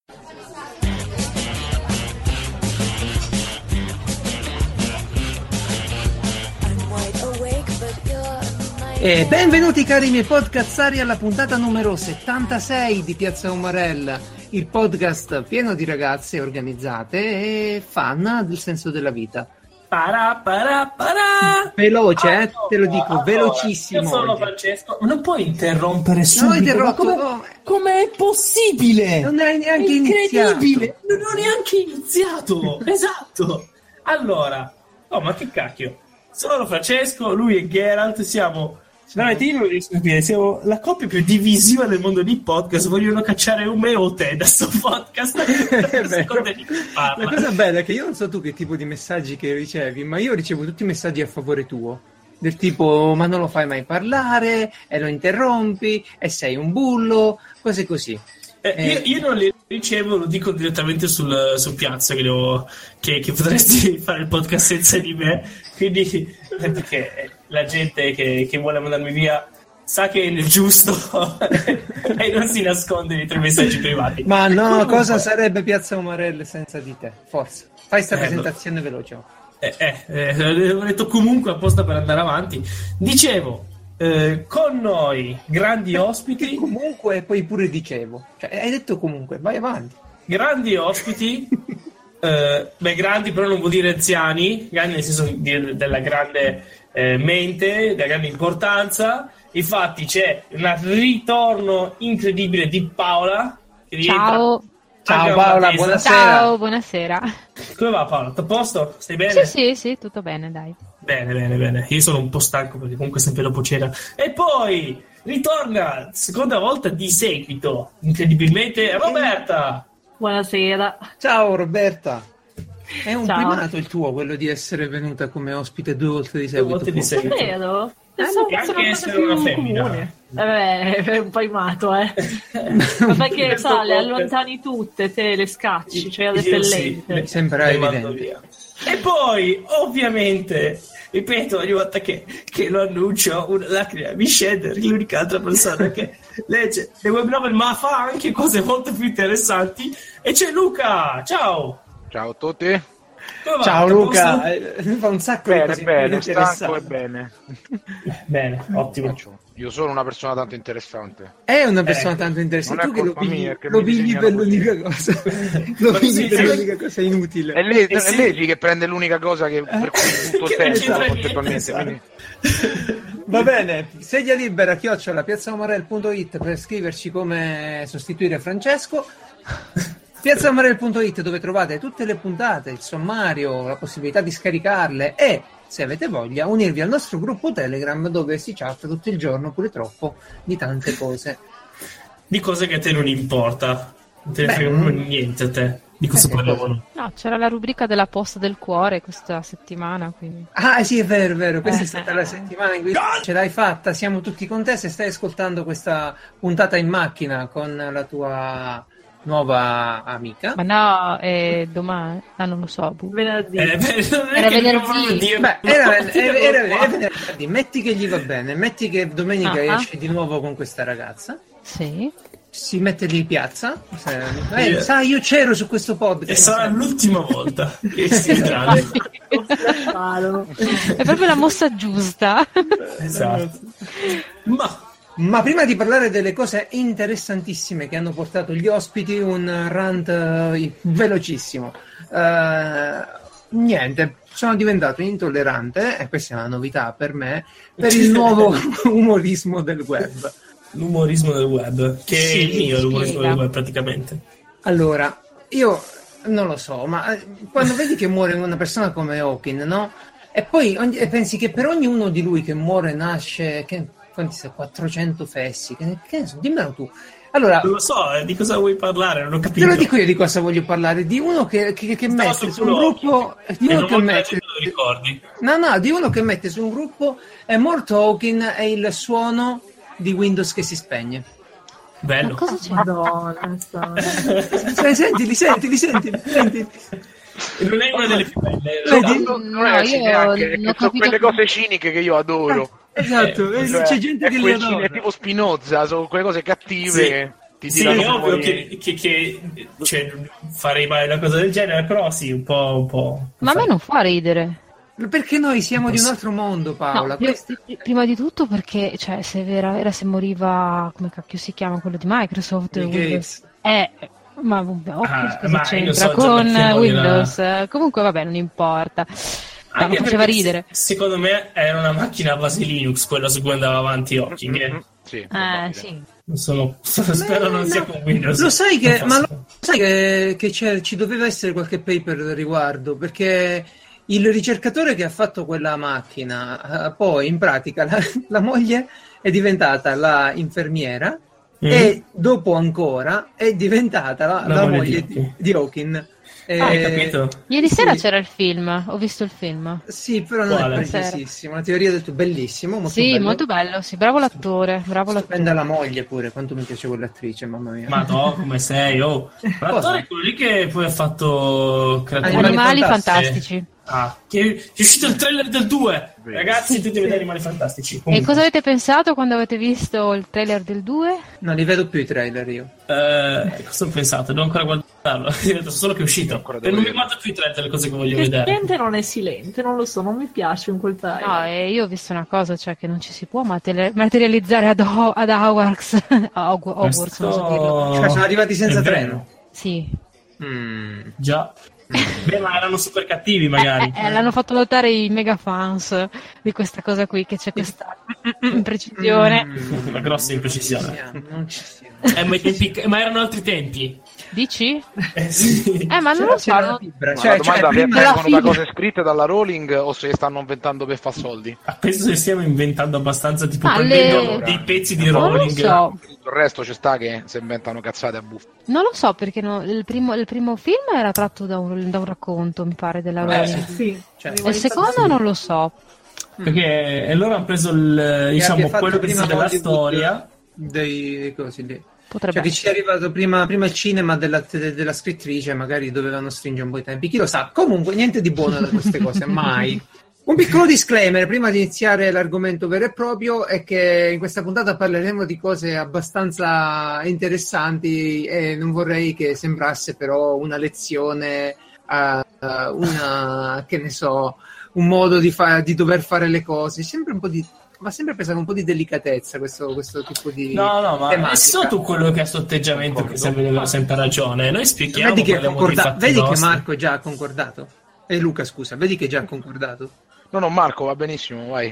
E benvenuti cari miei podcazzari alla puntata numero 76 di Piazza Umarella, il podcast pieno di ragazze organizzate e fan del senso della vita. Veloce, te lo dico, velocissimo. Io sono Francesco, ma non puoi interrompere subito. No, com'è possibile? Non hai neanche iniziato. Non ho neanche iniziato. Esatto. Allora, ma che cacchio? Sono Francesco, lui è Geralt, siamo... Veramente io non riesco a capire, siamo la coppia più divisiva del mondo di podcast. Vogliono cacciare un me o te da sto podcast. La cosa bella è che io non so tu che tipo di messaggi che ricevi, ma io ricevo tutti i messaggi a favore tuo, del tipo ma non lo fai mai parlare e lo interrompi e sei un bullo, cose così. Io non li ricevo, lo dico direttamente sul piazza che potresti fare il podcast senza di me, quindi perché la gente che vuole mandarmi via sa che è nel giusto e non si nasconde dietro i messaggi privati. Ma no, comunque... cosa sarebbe Piazza Umarella senza di te? Forza, fai sta presentazione veloce. Ho detto comunque apposta per andare avanti. Dicevo, con noi grandi ospiti. Comunque poi pure dicevo, cioè, hai detto comunque, vai avanti. Grandi ospiti. Grandi però non vuol dire anziani, grandi nel senso della grande mente, della grande importanza. Infatti c'è un ritorno incredibile di Paola che Ciao Paola, buonasera. Ciao, buonasera. Come va Paola? Tutto a posto? Stai bene? Sì, tutto bene, dai. Bene. Io sono un po' stanco perché comunque sempre dopo c'era. E poi ritorna seconda volta di seguito, incredibilmente, Roberta. Buonasera. Ciao Roberta. È un primato il tuo, quello di essere venuta come ospite 2 volte di seguito. È vero? E anche essere una femmina. È un primato, Ma perché le allontani tutte, te le scacci, cioè repellente. Sì, sembra evidente. E poi, ovviamente, ripeto ogni volta che lo annuncio, una lacrima mi scende, l'unica altra persona che legge le web novel ma fa anche cose molto più interessanti, e c'è Luca. Ciao a tutti. Ciao Luca, fa un sacco di cose bene, stanco e bene. Bene, ottimo. Io sono una persona tanto interessante. È una persona tanto interessante. Tu che lo pigli per l'unica cosa. Lo pigli per l'unica cosa inutile. È lei che prende l'unica cosa che per cui tutto senso concettualmente. Quindi... Va bene, sedia libera @piazzaumarell.it per scriverci come sostituire Francesco. Piazzaumarell.it, dove trovate tutte le puntate, il sommario, la possibilità di scaricarle e, se avete voglia, unirvi al nostro gruppo Telegram dove si chatta tutto il giorno, pure troppo, di tante cose. Di cose che a te non importa. Non te ne frega niente a te. Di cosa parlavano? No, c'era la rubrica della posta del cuore questa settimana, quindi. Ah sì, è vero, questa è stata la settimana in cui ce l'hai fatta, siamo tutti con te. Se stai ascoltando questa puntata in macchina con la tua nuova amica. Ma no, domani? Non lo so. Venerdì. Era venerdì. Era venerdì. Metti che gli va bene, metti che domenica esce di nuovo con questa ragazza. Sì. Si mette lì in piazza. Sai, io c'ero su questo podcast. E sarà l'ultima volta che si vedrà. È proprio la mossa giusta. Esatto. Ma prima di parlare delle cose interessantissime che hanno portato gli ospiti, un rant velocissimo. Niente, sono diventato intollerante, e questa è una novità per me, per il nuovo umorismo del web. L'umorismo del web, che è il mio l'umorismo del web praticamente. Allora, io non lo so, ma quando vedi che muore una persona come Hawking, no? E poi pensi che per ognuno di lui che muore nasce... Quanti sei? 400 fessi, che ne so, dimmelo tu. Allora, non lo so, di cosa vuoi parlare? Non ho capito. Te lo dico io di cosa voglio parlare, di uno che mette su un gruppo, di uno che mette, di uno che mette su un gruppo è morto Hawking e il suono di Windows che si spegne. Bello. Ma cosa c'è? Madonna, sentili. Non è una delle più belle. Non è neanche, sono quelle cose ciniche che io adoro. Esatto, c'è gente che li adora. È tipo Spinoza, sono quelle cose cattive. Sì, è ovvio che cioè, farei mai una cosa del genere, però sì, un po'. Ma a me non fa ridere. Perché noi siamo di un altro mondo, Paola. No, prima di tutto perché, cioè, se era se moriva, come cacchio si chiama quello di Microsoft? Windows. Ma vabbè, cosa c'entra con Windows? Comunque vabbè, non importa. Anche faceva ridere. Secondo me era una macchina a base Linux quella su cui andava avanti Hawking. Sì. Sì. Spero non sia con Windows. Lo sai che ci doveva essere qualche paper al riguardo, perché il ricercatore che ha fatto quella macchina, poi in pratica la moglie è diventata la infermiera e dopo ancora è diventata la moglie di Hawking. Hai capito? Ieri sera c'era il film, ho visto il film. Sì, però non è precisissimo. La teoria del bellissimo, molto bello. Molto bello, sì, bravo l'attore. Stupenda la moglie pure, quanto mi piace quell'attrice, mamma mia. Ma no, come sei? L'attore è quello lì che poi ha fatto Animali fantastici. Che è uscito il trailer del 2. Ragazzi, tutti vedete Animali Fantastici. E cosa avete pensato quando avete visto il trailer del 2? Non li vedo più i trailer io. Cosa ho pensato? Devo ancora guardarlo. Solo che è uscito. E non mi guardo più i trailer delle cose che voglio vedere. Il silente non è silente, non lo so, non mi piace in quel trailer. No, io ho visto una cosa, cioè che non ci si può materializzare ad Hogwarts. Hogwarts, non so dirlo. Cioè, sono arrivati senza treno. Sì. Già. Beh, ma erano super cattivi magari. L'hanno fatto notare i mega fans di questa cosa qui, che c'è questa imprecisione. Una grossa imprecisione. Non ci siamo. Ma erano altri tempi. Dici? Sì. Ma non lo so. La domanda vengono da cose scritte dalla Rowling o se stanno inventando per far soldi? Penso che stiamo inventando abbastanza, tipo prendendo dei pezzi di Rowling. Non lo so. Il resto ci sta che si inventano cazzate a buffo. Non lo so, perché il primo film era tratto da un racconto, mi pare, della Rowling. Sì. Il secondo non lo so. Perché loro hanno preso quello che sia della storia dei cosi lì. Potrebbe cioè che ci è arrivato prima il cinema della scrittrice, magari dovevano stringere un po' i tempi, chi lo sa. Comunque niente di buono da queste cose, mai. Un piccolo disclaimer prima di iniziare l'argomento vero e proprio è che in questa puntata parleremo di cose abbastanza interessanti e non vorrei che sembrasse però una lezione, che ne so, un modo di dover fare le cose, va sempre pesare un po' di delicatezza questo tipo di ma tematica. è solo tu quello che ha sotteggiamento che aveva sempre ragione. Noi spieghiamo vedi che Marco già ha concordato Luca scusa, vedi che già ha concordato. No, Marco va benissimo, vai.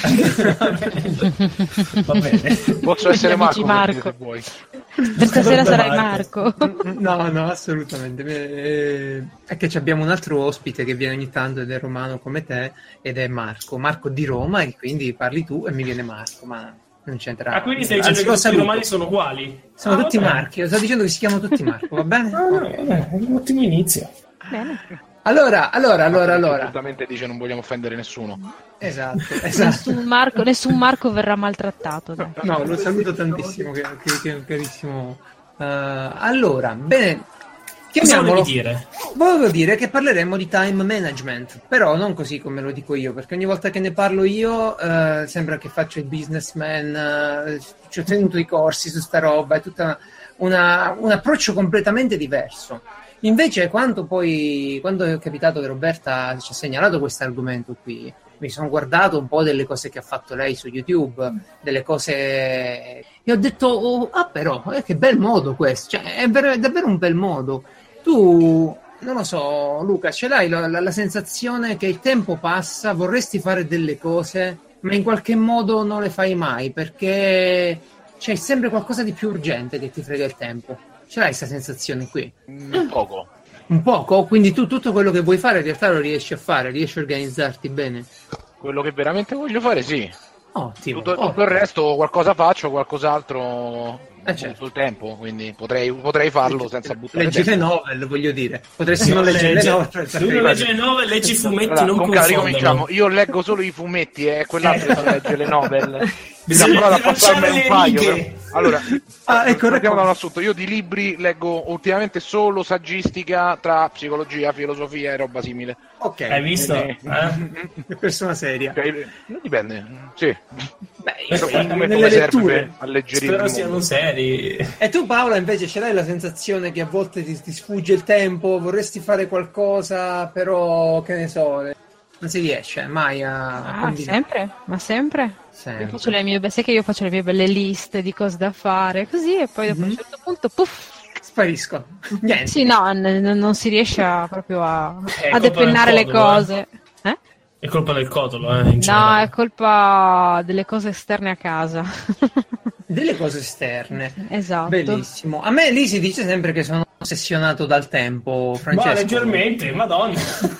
Va bene. Posso essere Marco. Se vuoi. Per stasera sarai Marco. No, assolutamente. È che abbiamo un altro ospite che viene ogni tanto ed è romano come te, ed è Marco di Roma, e quindi parli tu e mi viene Marco, ma non c'entra. Quindi stai dicendo che tutti i romani sono uguali? Sono tutti Marchi, io sto dicendo che si chiamano tutti Marco, va bene? È un ottimo inizio. Bene. Allora. Giustamente dice non vogliamo offendere nessuno. Esatto. Nessun Marco verrà maltrattato. Dai. No, lo saluto tantissimo, che è un carissimo. Allora, bene. Chiamiamolo. Volevo dire che parleremo di time management, però non così come lo dico io, perché ogni volta che ne parlo io sembra che faccio il businessman, ci ho tenuto i corsi su sta roba, è tutta un approccio completamente diverso. Invece quando è capitato che Roberta ci ha segnalato questo argomento qui, mi sono guardato un po' delle cose che ha fatto lei su YouTube, delle cose, e ho detto però che bel modo questo, cioè è davvero un bel modo. Tu, non lo so Luca, ce l'hai la sensazione che il tempo passa, vorresti fare delle cose ma in qualche modo non le fai mai perché c'è sempre qualcosa di più urgente che ti frega il tempo. Ce l'hai questa sensazione qui? Un poco? Quindi tu tutto quello che vuoi fare in realtà lo riesci a fare, riesci a organizzarti bene? Quello che veramente voglio fare, sì. Ottimo. Tutto il resto qualcosa faccio, qualcos'altro certo. Tutto il tempo, quindi potrei farlo senza buttare leggi le novel, voglio dire. Potresti non leggere le novel. Tu non leggi le novel, leggi i fumetti, non ricominciamo. Io leggo solo i fumetti e quell'altro non legge le novel. bisogna provare a passarmene un paio. Allora, ecco, partiamo da un assunto. Io di libri leggo ultimamente solo saggistica tra psicologia, filosofia e roba simile. Ok. Hai visto? Persona seria. Dipende, sì. Beh, come nelle serve letture alleggerire spero il siano mondo. seri. E tu, Paola, invece ce l'hai la sensazione che a volte ti sfugge il tempo, vorresti fare qualcosa, però che ne so, non si riesce mai a sempre, ma sempre. Sempre. Io faccio le mie, sai che io faccio le mie belle liste di cose da fare, così, e poi dopo a un certo punto, puff, sparisco. Niente. Sì, no, non si riesce proprio a depennare le cose. È colpa del codolo, No, è colpa delle cose esterne a casa. Delle cose esterne. Esatto. Bellissimo. A me lì si dice sempre che sono ossessionato dal tempo, Francesco. Ma leggermente, madonna.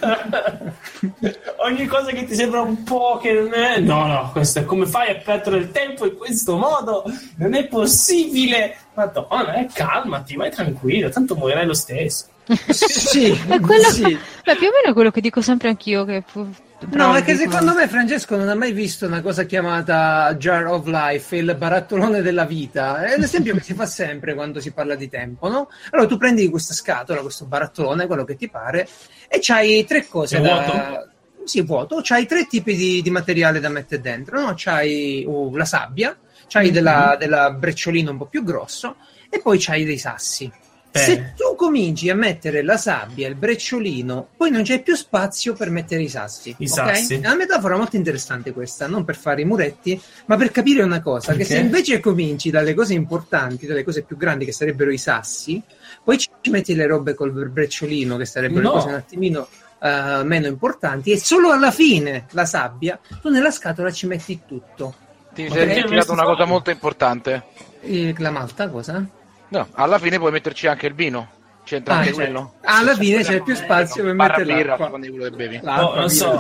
Ogni cosa che ti sembra un po' che non è... No, questo è come fai a perdere il tempo in questo modo? Non è possibile. Madonna, calmati, vai tranquillo, tanto morirai lo stesso. Sì, è quello, sì. Beh, più o meno è quello che dico sempre anch'io. No, è che secondo me Francesco non ha mai visto una cosa chiamata Jar of Life, il barattolone della vita. È l'esempio che si fa sempre quando si parla di tempo, no? Allora tu prendi questa scatola, questo barattolone, quello che ti pare, e c'hai tre cose vuoto? Sì, vuoto. C'hai tre tipi di materiale da mettere dentro, no? C'hai la sabbia, c'hai della brecciolina un po' più grosso e poi c'hai dei sassi. Se tu cominci a mettere la sabbia, il brecciolino, poi non c'è più spazio per mettere i sassi. Sassi. È una metafora molto interessante questa, non per fare i muretti, ma per capire una cosa, che se invece cominci dalle cose importanti, dalle cose più grandi che sarebbero i sassi, poi ci metti le robe col brecciolino che sarebbero le cose un attimino meno importanti, e solo alla fine la sabbia, tu nella scatola ci metti tutto. Ti sei dimenticato una cosa molto importante. La malta, cosa? No, alla fine puoi metterci anche il vino. C'entra anche quello. Alla fine c'è più spazio per mettere birra, secondo quello che bevi. Non so.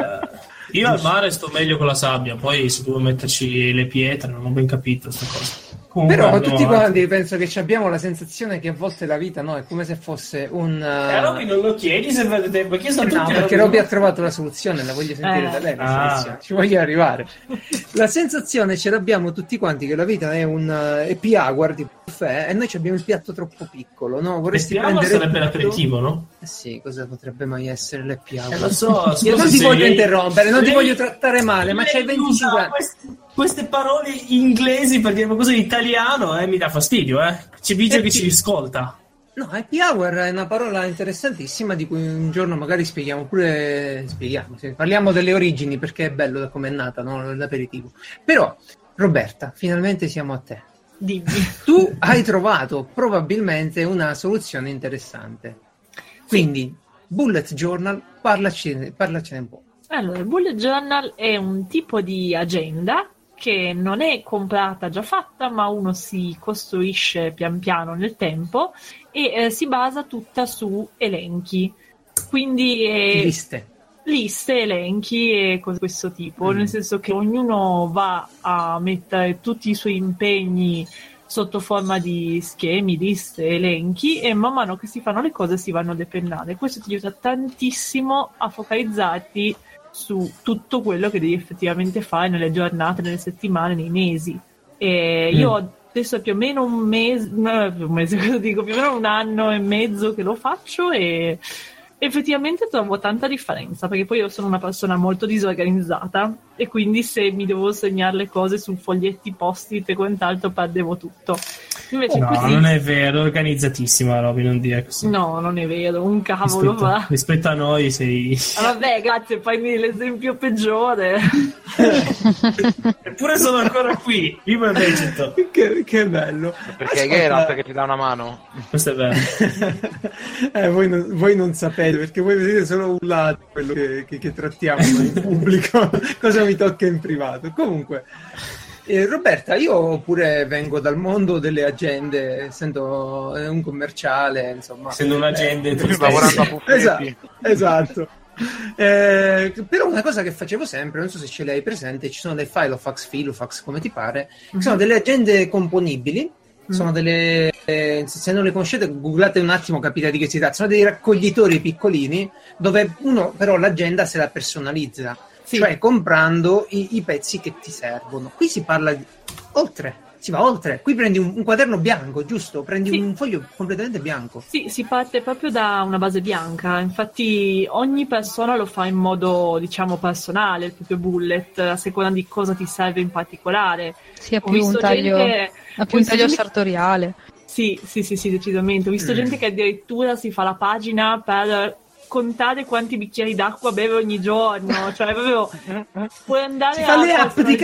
Io al mare sto meglio con la sabbia, poi se devo metterci le pietre non ho ben capito questa cosa. Comunque, però tutti quanti penso che abbiamo la sensazione che a volte la vita è come se fosse un a Robby non lo chiedi se vede tempo, perché io no, perché Robby ha trovato la soluzione, la voglio sentire da lei la soluzione. Ci voglio arrivare. La sensazione ce l'abbiamo tutti quanti che la vita è un EPA, guardi, buffet, e noi abbiamo il piatto troppo piccolo, no? Vorresti prendere sarebbe l'aperitivo, no? Sì, cosa potrebbe mai essere l'EPA? Lo so, io non ti voglio interrompere, non ti voglio trattare male, ma c'hai 25 anni. Queste parole inglesi per dire qualcosa di italiano mi dà fastidio, C'è Biggio che ci ascolta. No, happy hour è una parola interessantissima di cui un giorno magari spieghiamo, parliamo delle origini, perché è bello da come è nata, no? L'aperitivo. Però, Roberta, finalmente siamo a te. Dimmi. Tu hai trovato probabilmente una soluzione interessante. Quindi, Bullet Journal, parlacene un po'. Allora, il Bullet Journal è un tipo di agenda che non è comprata già fatta, ma uno si costruisce pian piano nel tempo e si basa tutta su elenchi. Quindi liste, elenchi e cose di questo tipo, nel senso che ognuno va a mettere tutti i suoi impegni sotto forma di schemi, liste, elenchi, e man mano che si fanno le cose si vanno a depennare. Questo ti aiuta tantissimo a focalizzarti su tutto quello che devi effettivamente fare nelle giornate, nelle settimane, nei mesi. E io adesso è più o meno più o meno un anno e mezzo che lo faccio, e effettivamente trovo tanta differenza, perché poi io sono una persona molto disorganizzata e quindi se mi devo segnare le cose su foglietti, post-it e quant'altro perdevo tutto. Invece così... non è vero, organizzatissima Robby, non dire così. No, non è vero, un cavolo rispetto a noi sei... vabbè, grazie, fai l'esempio peggiore. Eppure sono ancora qui, viva il Vegeto. Che bello. Perché è Geralt che ti dà una mano. Questo è vero. Voi non sapete, perché voi vedete solo un lato quello che trattiamo in pubblico. Cosa mi tocca in privato. Comunque, Roberta, io pure vengo dal mondo delle agende, essendo un commerciale, insomma. Essendo un'agenda, lavorando a Puffetti. Esatto. Però una cosa che facevo sempre, non so se ce l'hai presente, ci sono dei Filofax, come ti pare, che sono delle agende componibili. Sono delle, se non le conoscete, googlate un attimo, capite di che si tratta. Sono dei raccoglitori piccolini dove uno però l'agenda se la personalizza. cioè comprando i pezzi che ti servono. Qui si parla di oltre. Si va oltre, qui prendi un quaderno bianco, giusto? Prendi un foglio completamente bianco. Sì, si parte proprio da una base bianca, infatti ogni persona lo fa in modo, diciamo, personale, il proprio bullet, a seconda di cosa ti serve in particolare. Sì, ha più un taglio sartoriale. Sì, decisamente. Ho visto gente che addirittura si fa la pagina per contare quanti bicchieri d'acqua beve ogni giorno, cioè proprio puoi andare si fa le app di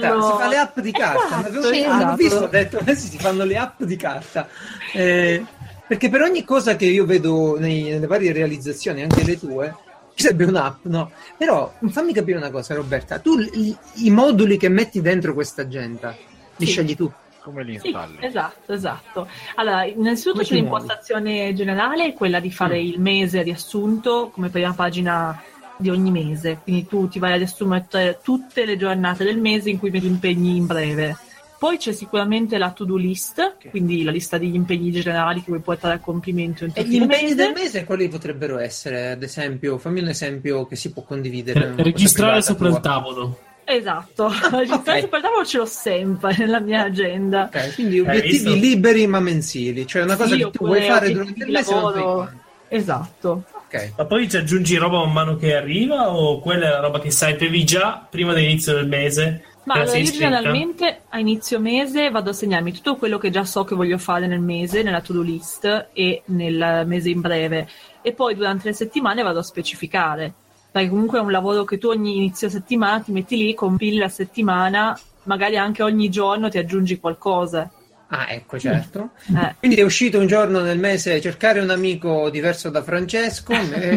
carta, Esatto. Ho visto, ho detto adesso si fanno le app di carta, perché per ogni cosa che io vedo nelle varie realizzazioni, anche le tue, ci sarebbe un'app, no? Però fammi capire una cosa, Roberta, tu i moduli che metti dentro questa agenda li scegli tu? Come li installi? Sì, esatto. Allora, innanzitutto c'è l'impostazione generale, quella di fare il mese riassunto come prima pagina di ogni mese. Quindi tu ti vai ad assumere tutte le giornate del mese in cui ti impegni in breve. Poi c'è sicuramente la to-do list, quindi la lista degli impegni generali che vuoi portare a compimento in tutto il mese. E gli impegni del mese quali potrebbero essere? Ad esempio, fammi un esempio che si può condividere. Registrare sopra il tavolo. Esatto, registrare sopra il tavolo ce l'ho sempre nella mia agenda. Ok, quindi obiettivi liberi ma mensili, cioè una cosa che tu vuoi fare durante il mese non fai. Esatto. Okay. Ma poi ci aggiungi roba man mano che arriva o quella è la roba che sapevi già prima dell'inizio del mese? Ma allora, io generalmente a inizio mese vado a segnarmi tutto quello che già so che voglio fare nel mese, nella to-do list e nel mese in breve, e poi durante le settimane vado a specificare, perché comunque è un lavoro che tu ogni inizio settimana ti metti lì, compili la settimana, magari anche ogni giorno ti aggiungi qualcosa. Ah, ecco, certo. Quindi è uscito un giorno nel mese cercare un amico diverso da Francesco,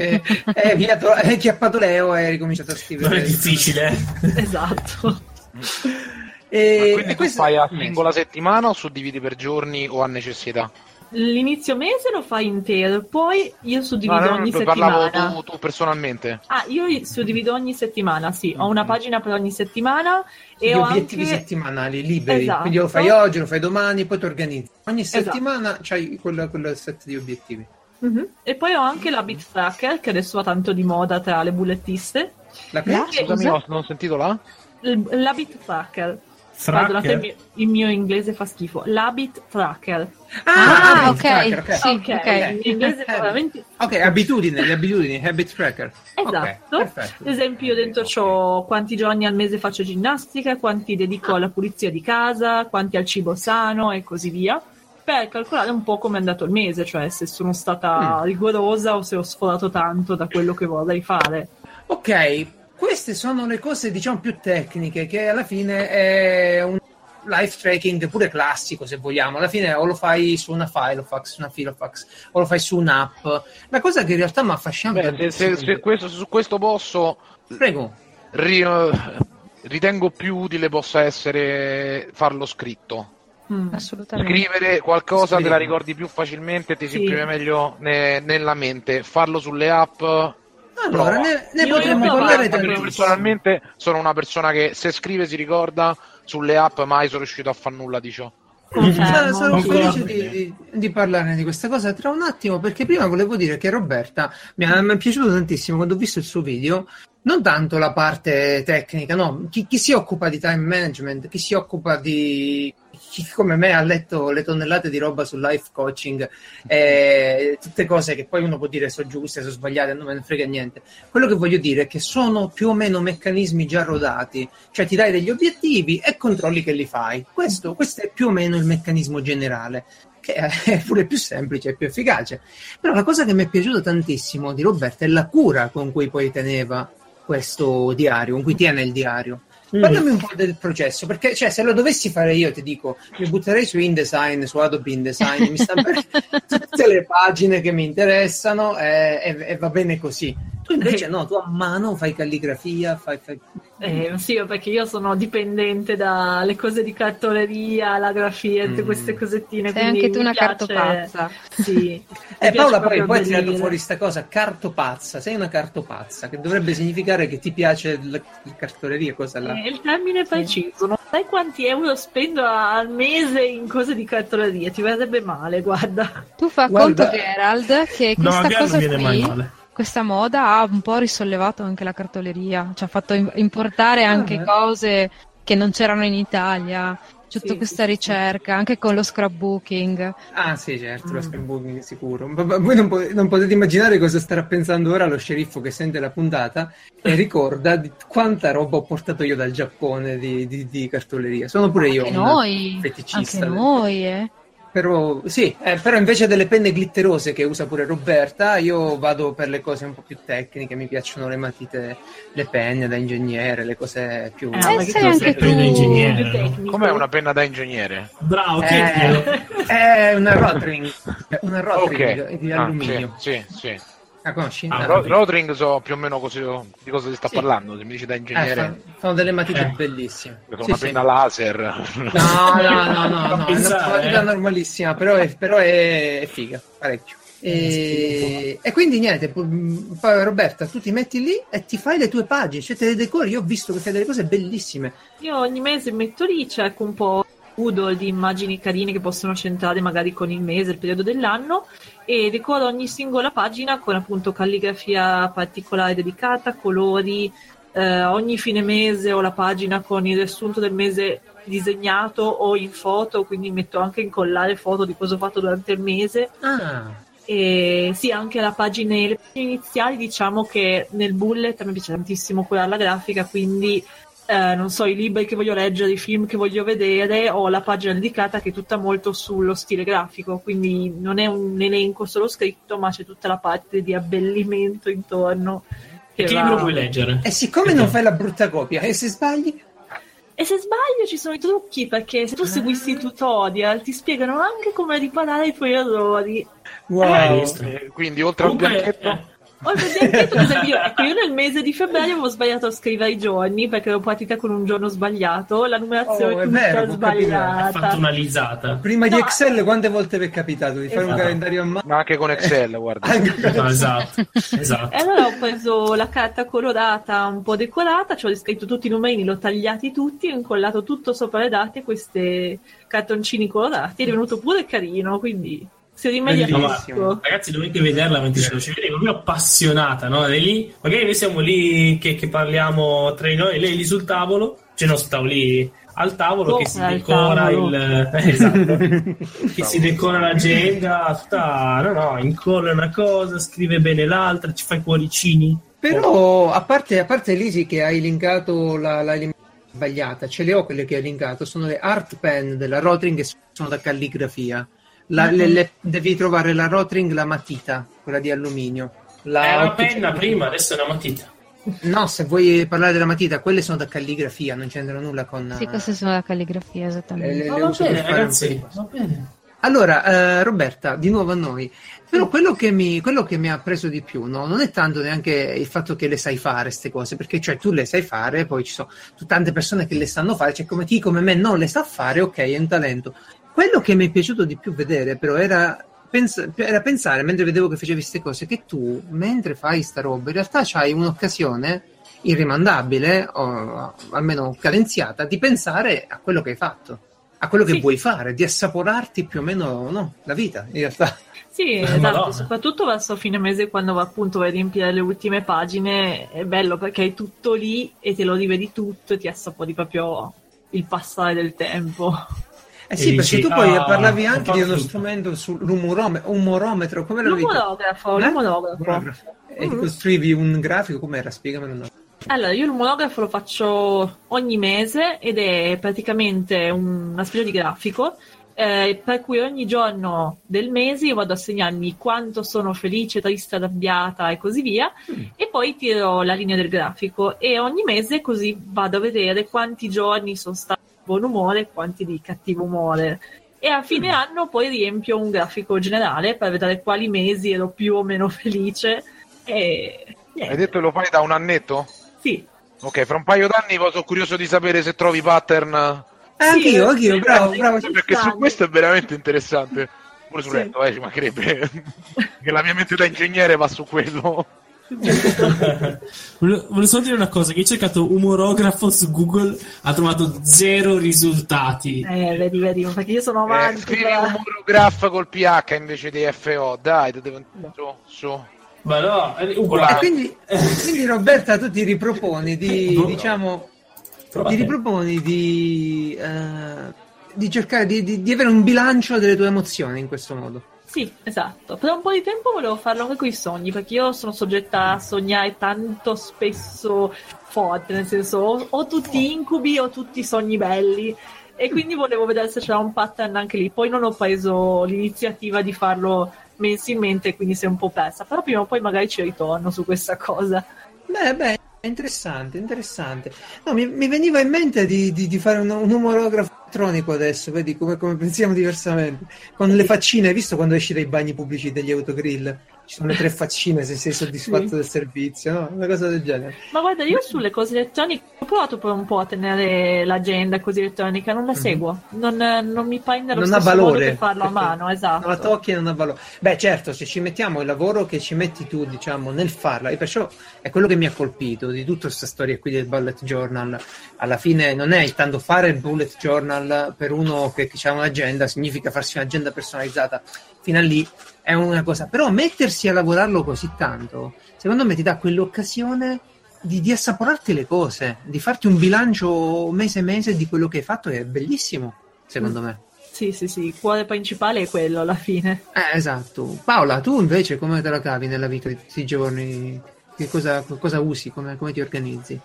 hai chiappato Leo e hai ricominciato a scrivere. Non è difficile. Esatto. Quindi tu fai a singola settimana o suddividi per giorni o a necessità? L'inizio mese lo fai intero, poi io suddivido ogni settimana. Parlavo tu personalmente. Io suddivido ogni settimana, sì. Ho una pagina per ogni settimana e ho obiettivi anche settimanali, liberi. Esatto. Quindi lo fai oggi, lo fai domani, poi ti organizzi. Ogni settimana c'hai quel set di obiettivi. Mm-hmm. E poi ho anche l'habit tracker, che adesso va tanto di moda tra le bullettiste. Scusami, non ho sentito l'habit tracker. Perdonate, il mio inglese fa schifo. L'habit tracker. Ok. Sì, ok. In inglese veramente. Ok, le abitudini, habit tracker. Esatto. Okay, ad esempio, dentro c'ho quanti giorni al mese faccio ginnastica, quanti dedico alla pulizia di casa, quanti al cibo sano e così via, per calcolare un po' come è andato il mese, cioè se sono stata rigorosa o se ho sforato tanto da quello che vorrei fare. Ok. Queste sono le cose, diciamo, più tecniche, che alla fine è un life tracking pure classico, se vogliamo. Alla fine o lo fai su una Filofax, o lo fai su un'app. La cosa che in realtà mi affascina... su questo posso... Prego. Ritengo più utile possa essere farlo scritto. Assolutamente. Scrivere qualcosa te la ricordi più facilmente, ti si imprime meglio nella mente. Farlo sulle app... Allora, ne potremmo parlare tantissimo. Personalmente sono una persona che se scrive si ricorda, sulle app mai sono riuscito a far nulla di ciò. Sono felice di parlare di questa cosa tra un attimo, perché prima volevo dire che Roberta mi è piaciuto tantissimo quando ho visto il suo video, non tanto la parte tecnica, no, chi si occupa di time management, chi si occupa di... chi come me ha letto le tonnellate di roba sul life coaching, tutte cose che poi uno può dire sono giuste, sono sbagliate, non me ne frega niente. Quello che voglio dire è che sono più o meno meccanismi già rodati, cioè ti dai degli obiettivi e controlli che li fai. Questo è più o meno il meccanismo generale, che è pure più semplice e più efficace. Però la cosa che mi è piaciuta tantissimo di Roberta è la cura con cui poi teneva questo diario, con cui tiene il diario. Parlami un po' del processo, perché cioè, se lo dovessi fare io, ti dico, mi butterei su InDesign, su Adobe InDesign, mi stamperei tutte le pagine che mi interessano e va bene così. Tu invece no, tu a mano fai calligrafia, fai... Sì, perché io sono dipendente dalle cose di cartoleria, la grafia, tutte queste cosettine. Sei anche tu una cartopazza. Sì. Paola poi hai tirato fuori sta cosa, cartopazza, sei una cartopazza, che dovrebbe significare che ti piace la cartoleria, cosa là? Il termine preciso, non sai quanti euro spendo al mese in cose di cartoleria, ti verrebbe male, guarda. Tu fa conto, Gerald, che questa cosa qui... questa moda ha un po' risollevato anche la cartoleria, cioè ha fatto importare anche cose che non c'erano in Italia. C'è tutta questa ricerca, anche con lo scrapbooking. Ah sì, certo, lo scrapbooking sicuro. Ma voi non potete immaginare cosa starà pensando ora lo sceriffo che sente la puntata e ricorda di quanta roba ho portato io dal Giappone di cartoleria. Sono pure io un feticista. Anche noi, Però sì, però invece delle penne glitterose che usa pure Roberta, io vado per le cose un po' più tecniche, mi piacciono le matite, le penne da ingegnere, le cose più... sei anche tu da ingegnere. Com'è una penna da ingegnere? Bravo, è una Rotring di alluminio. Sì. La conosci? Rotring so più o meno di cosa si sta parlando, se mi dici da ingegnere. Sono delle matite bellissime. Sono una penna laser. No, è una matita normalissima, però è figa, parecchio. E quindi niente, poi Roberta, tu ti metti lì e ti fai le tue pagine, cioè te le decori. Io ho visto che fai delle cose bellissime. Io ogni mese metto lì, cerco un po' di immagini carine che possono centrare magari con il mese, il periodo dell'anno, e decoro ogni singola pagina con appunto calligrafia particolare dedicata, colori. Ogni fine mese ho la pagina con il riassunto del mese disegnato o in foto, quindi metto anche incollare foto di cosa ho fatto durante il mese. E sì, anche le pagine iniziali, diciamo che nel bullet a me piace tantissimo curare la grafica, quindi non so, i libri che voglio leggere, i film che voglio vedere, ho la pagina dedicata che è tutta molto sullo stile grafico, quindi non è un elenco solo scritto, ma c'è tutta la parte di abbellimento intorno. Che libro vuoi leggere? E siccome non fai la brutta copia, e se sbagli? E se sbaglio ci sono i trucchi, perché se tu seguissi il tutorial ti spiegano anche come riparare i tuoi errori. Wow. Quindi oltre al bianchetto... Per esempio, ecco, io nel mese di febbraio avevo sbagliato a scrivere i giorni perché ero partita con un giorno sbagliato, la numerazione è tutta sbagliata. È fattunalizzata. Prima di Excel quante volte vi è capitato di fare un calendario a mano? Ma anche con Excel, guarda. Esatto. E allora ho preso la carta colorata un po' decorata, ci ho riscritto tutti i numerini, li ho tagliati tutti, ho incollato tutto sopra le date, queste cartoncini colorati, è divenuto pure carino, quindi... Ragazzi, dovete vederla mentre ce lo ci vede, è proprio appassionata, no? E lì, magari noi siamo lì che parliamo tra di noi, lei lì sul tavolo, cioè non sul tavolo, lì al tavolo che si decora che si decora l'agenda, tutta, incolla una cosa, scrive bene l'altra, ci fa i cuoricini. Però a parte Lisi che hai linkato la sbagliata, ce le ho quelle che hai linkato, sono le art pen della Rotring che sono da calligrafia. Devi trovare la Rotring, la matita, quella di alluminio. Era una penna prima, adesso è una matita. No, se vuoi parlare della matita, quelle sono da calligrafia, non c'entra nulla con... Sì, queste sono da calligrafia, esattamente. Va bene, ragazzi, va bene. Allora, Roberta, di nuovo a noi. Però quello che mi ha preso di più, no, non è tanto neanche il fatto che le sai fare queste cose, perché cioè tu le sai fare, poi ci sono tante persone che le sanno fare, cioè come chi come me non le sa fare, ok, è un talento. Quello che mi è piaciuto di più vedere però era pensare, mentre vedevo che facevi queste cose, che tu, mentre fai sta roba, in realtà c'hai un'occasione irrimandabile, o almeno cadenziata, di pensare a quello che hai fatto, a quello che vuoi fare, di assaporarti più o meno la vita, in realtà. Sì, esatto, soprattutto verso fine mese quando appunto vai a riempire le ultime pagine, è bello perché hai tutto lì e te lo rivedi tutto e ti assapori proprio il passare del tempo. Sì, perché tu poi parlavi anche di uno strumento sull'umorometro, come lo l'umorografo. E costruivi un grafico, com'era? Spiegamelo. Allora, io l'umorografo lo faccio ogni mese ed è praticamente una specie di grafico per cui ogni giorno del mese io vado a segnarmi quanto sono felice, triste, arrabbiata e così via, e poi tiro la linea del grafico e ogni mese così vado a vedere quanti giorni sono stati buon umore e quanti di cattivo umore, e a fine anno poi riempio un grafico generale per vedere quali mesi ero più o meno felice e hai detto che lo fai da un annetto? Sì. Ok, fra un paio d'anni sono curioso di sapere se trovi pattern. Anch'io, bravo. Perché su questo è veramente interessante. Pure sul letto, ci mancherebbe. Che la mia mente da ingegnere va su quello. Volevo solo dire una cosa, che ho cercato umorografo su Google, ha trovato 0 risultati. Vedi, perché io sono avanti. Scrivi umorografo col PH invece di FO, dai, su. Ma no, è uguale. Quindi Roberta, tu ti riproponi di cercare di avere un bilancio delle tue emozioni in questo modo. Sì, esatto. Per un po' di tempo volevo farlo anche con i sogni, perché io sono soggetta a sognare tanto spesso forte, nel senso o tutti incubi o tutti sogni belli, e quindi volevo vedere se c'era un pattern anche lì. Poi non ho preso l'iniziativa di farlo mensilmente, quindi si è un po' persa, però prima o poi magari ci ritorno su questa cosa. Beh, è interessante. No, mi veniva in mente di fare un numerografo elettronico adesso, vedi come pensiamo diversamente, con le faccine. Hai visto quando esci dai bagni pubblici degli autogrill? Ci sono le 3 faccine se sei soddisfatto del servizio, no? Una cosa del genere. Ma guarda, io sulle cose elettroniche ho provato per un po' a tenere l'agenda così elettronica, non la seguo, non mi prende lo stesso modo che farlo a mano, esatto. Non la tocchi e non ha valore. Beh, certo, se ci mettiamo il lavoro che ci metti tu, diciamo, nel farla, e perciò è quello che mi ha colpito di tutta questa storia qui del bullet journal. Alla fine non è tanto fare il bullet journal per uno che ha un'agenda, significa farsi un'agenda personalizzata. Fino a lì è una cosa, però mettersi a lavorarlo così tanto, secondo me ti dà quell'occasione di assaporarti le cose, di farti un bilancio mese di quello che hai fatto, è bellissimo, secondo me. Sì, il cuore principale è quello alla fine. Esatto. Paola, tu invece come te la cavi nella vita di tutti i giorni? Che cosa usi? Come ti organizzi?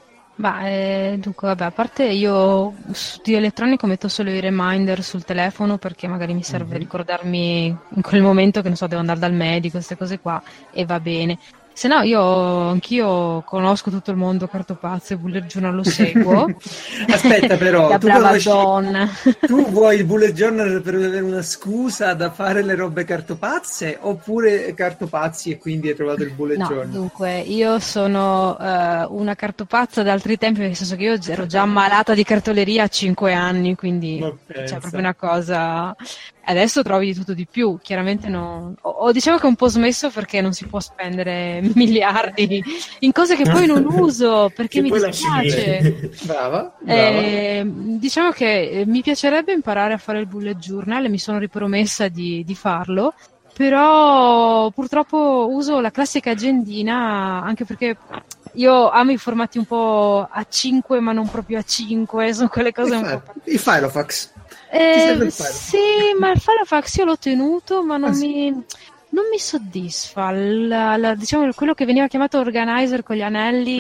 Dunque, vabbè, a parte io di elettronico metto solo i reminder sul telefono, perché magari mi serve ricordarmi in quel momento che, non so, devo andare dal medico, queste cose qua, e va bene. Se no, anch'io conosco tutto il mondo Cartopazzo e Bullet Journal lo seguo. Aspetta, però, la brava donna. Tu vuoi il Bullet Journal per avere una scusa da fare le robe cartopazze, oppure cartopazzi e quindi hai trovato il Bullet Journal? Dunque, io sono una cartopazza da altri tempi, nel senso che io ero già ammalata di cartoleria a 5 anni, quindi c'è proprio una cosa... Adesso trovi di tutto di più, chiaramente no. Diciamo che ho un po' smesso perché non si può spendere miliardi in cose che poi non uso, perché mi dispiace. Brava. Diciamo che mi piacerebbe imparare a fare il bullet journal e mi sono ripromessa di farlo, però purtroppo uso la classica agendina, anche perché io amo i formati un po' A5 ma non proprio A5, sono quelle cose un po'... Il Filofax. Sì, ma il Filofax io l'ho tenuto, ma non mi soddisfa. Diciamo quello che veniva chiamato organizer con gli anelli.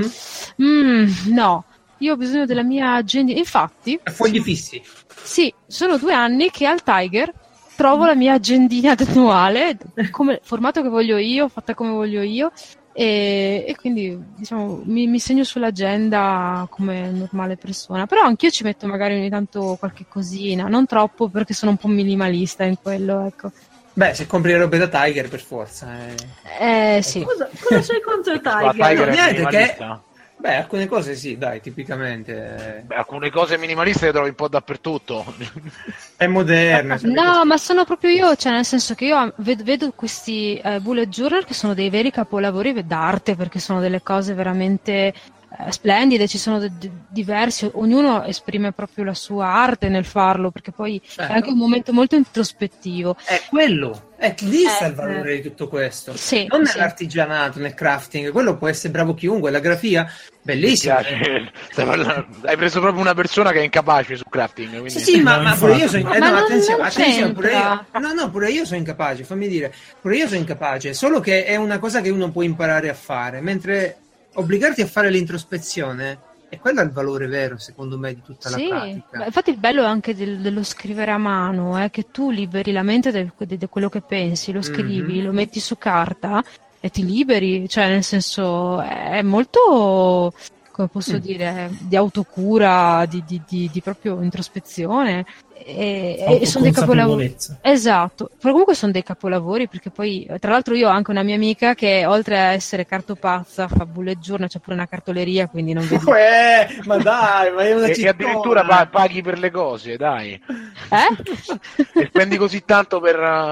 No, io ho bisogno della mia agenda. Infatti, fogli fissi. Sì, sono 2 anni che al Tiger trovo la mia agendina annuale, come formato che voglio io, fatta come voglio io. E quindi, diciamo, mi segno sull'agenda come normale persona, però anch'io ci metto magari ogni tanto qualche cosina, non troppo, perché sono un po' minimalista in quello, ecco. Beh, se compri le robe da Tiger per forza. Sì. Cosa c'è contro il Tiger? Tiger niente, che... Beh, alcune cose sì, dai, tipicamente. Beh, alcune cose minimaliste le trovi un po' dappertutto. È moderna. No, ma sono proprio io, cioè nel senso che io vedo questi bullet journal che sono dei veri capolavori d'arte, perché sono delle cose veramente splendide, ci sono diversi, ognuno esprime proprio la sua arte nel farlo, perché poi è anche un momento molto introspettivo. È quello, lì sta il valore di tutto questo. Sì, non nell'artigianato, nel crafting, quello può essere bravo chiunque, la grafia, bellissima. Hai preso proprio una persona che è incapace sul crafting. Quindi... Sì, ma pure io sono attenzione, pure io sono incapace, fammi dire, pure io sono incapace, solo che è una cosa che uno può imparare a fare, mentre obbligarti a fare l'introspezione, e quello è il valore vero, secondo me, di tutta la pratica. Infatti il bello è anche dello scrivere a mano, che tu liberi la mente di quello che pensi, lo scrivi, lo metti su carta e ti liberi, cioè nel senso è molto, come posso dire, di autocura, di proprio introspezione. E sono dei capolavori, esatto, però comunque sono dei capolavori, perché poi tra l'altro io ho anche una mia amica che oltre a essere cartopazza fa bullet journal, c'è pure una cartoleria, quindi non vedi. Ma dai, ma è una e addirittura paghi per le cose, dai. E spendi così tanto per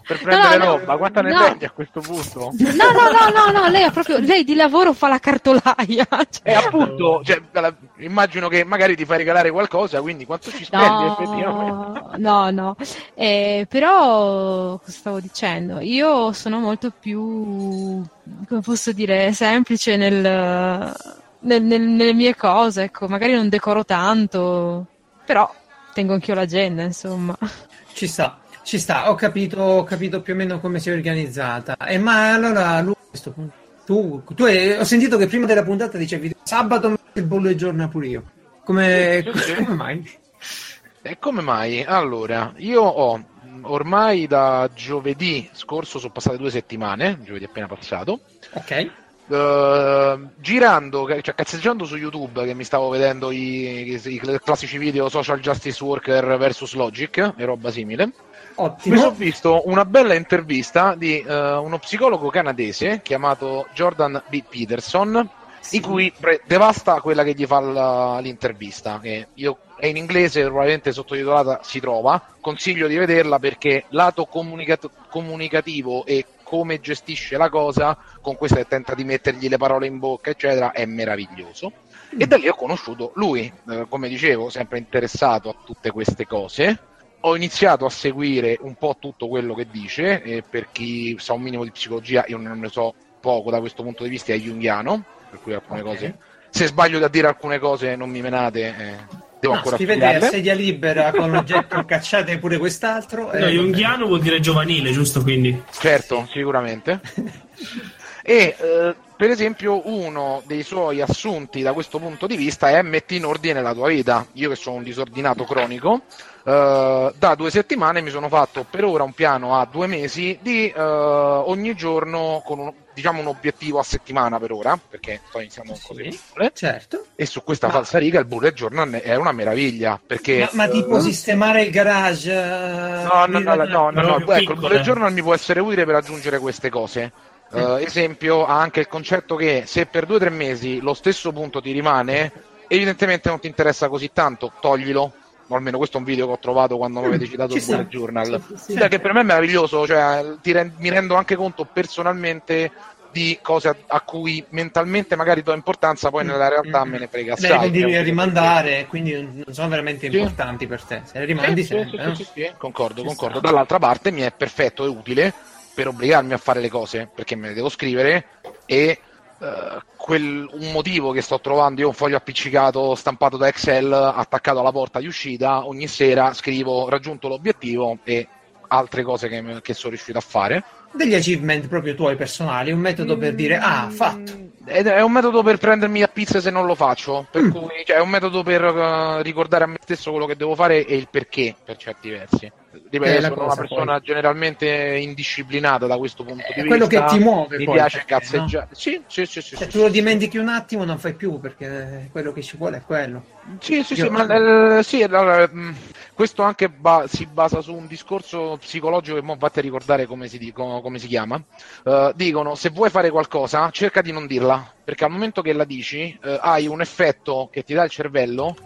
per prendere roba, quanta ne prendi a questo punto? No, lei di lavoro fa la cartolaia. E appunto, cioè, immagino che magari ti fai regalare qualcosa, quindi quanto ci spendi effettivamente? No. Però, cosa stavo dicendo? Io sono molto più, come posso dire, semplice nelle mie cose, ecco, magari non decoro tanto, però tengo anch'io l'agenda, insomma. Ci sta, ho capito più o meno come sei organizzata. Ma allora, Lu, a questo punto, tu ho sentito che prima della puntata dicevi sabato il bollo e giorno pure io. Come mai? E come mai? Allora, io ho ormai da giovedì scorso, sono passate 2 settimane, giovedì appena passato. Ok. Girando, cioè cazzeggiando su YouTube, che mi stavo vedendo i classici video Social Justice Worker versus Logic e roba simile. Ottimo. Mi sono visto una bella intervista di uno psicologo canadese chiamato Jordan B. Peterson, in cui devasta quella che gli fa l'intervista, che io è in inglese, probabilmente sottotitolata si trova, consiglio di vederla perché lato comunicativo e come gestisce la cosa, con questo che tenta di mettergli le parole in bocca eccetera, è meraviglioso. E da lì ho conosciuto lui, come dicevo, sempre interessato a tutte queste cose. Ho iniziato a seguire un po' tutto quello che dice, e per chi sa un minimo di psicologia, io non ne so poco da questo punto di vista, è junghiano, per cui alcune cose, se sbaglio da dire alcune cose non mi menate, devo ancora studiarle. A sedia libera con l'oggetto cacciate pure quest'altro. No, junghiano vuol dire giovanile, giusto? Quindi certo, sicuramente. E per esempio uno dei suoi assunti da questo punto di vista è metti in ordine la tua vita. Io che sono un disordinato cronico, da 2 settimane mi sono fatto per ora un piano a 2 mesi di ogni giorno con un obiettivo a settimana per ora, perché sto iniziando cose piccole. Certo. E su questa falsariga il bullet journal è una meraviglia, perché ma tipo sistemare il garage? No, ecco, il bullet journal mi può essere utile per aggiungere queste cose. Esempio, ha anche il concetto che se per 2 o 3 mesi lo stesso punto ti rimane, evidentemente non ti interessa così tanto, toglilo. O almeno questo è un video che ho trovato quando mi avete citato il bullet journal. Sì. Che per me è meraviglioso, cioè mi rendo anche conto personalmente di cose a cui mentalmente magari do importanza, poi nella realtà me ne frega assai. Devi rimandare, quindi non sono veramente importanti per te. Se le rimandi sempre. Sì, concordo. Dall'altra parte mi è perfetto e utile per obbligarmi a fare le cose, perché me le devo scrivere e un motivo che sto trovando, io ho un foglio appiccicato stampato da Excel attaccato alla porta di uscita, ogni sera scrivo raggiunto l'obiettivo e altre cose che sono riuscito a fare. Degli achievement proprio tuoi personali, un metodo per dire fatto. È un metodo per prendermi a pizze se non lo faccio, per cui è un metodo per ricordare a me stesso quello che devo fare e il perché per certi versi. Ripeto, sono una persona generalmente indisciplinata da questo punto di vista. Quello che ti muove. Mi piace cazzeggiare. No? Sì. Se tu lo dimentichi un attimo non fai più, perché quello che ci vuole è quello. Questo anche si basa su un discorso psicologico che mo vatti a ricordare come si chiama. Dicono, se vuoi fare qualcosa cerca di non dirla, perché al momento che la dici hai un effetto che ti dà il cervello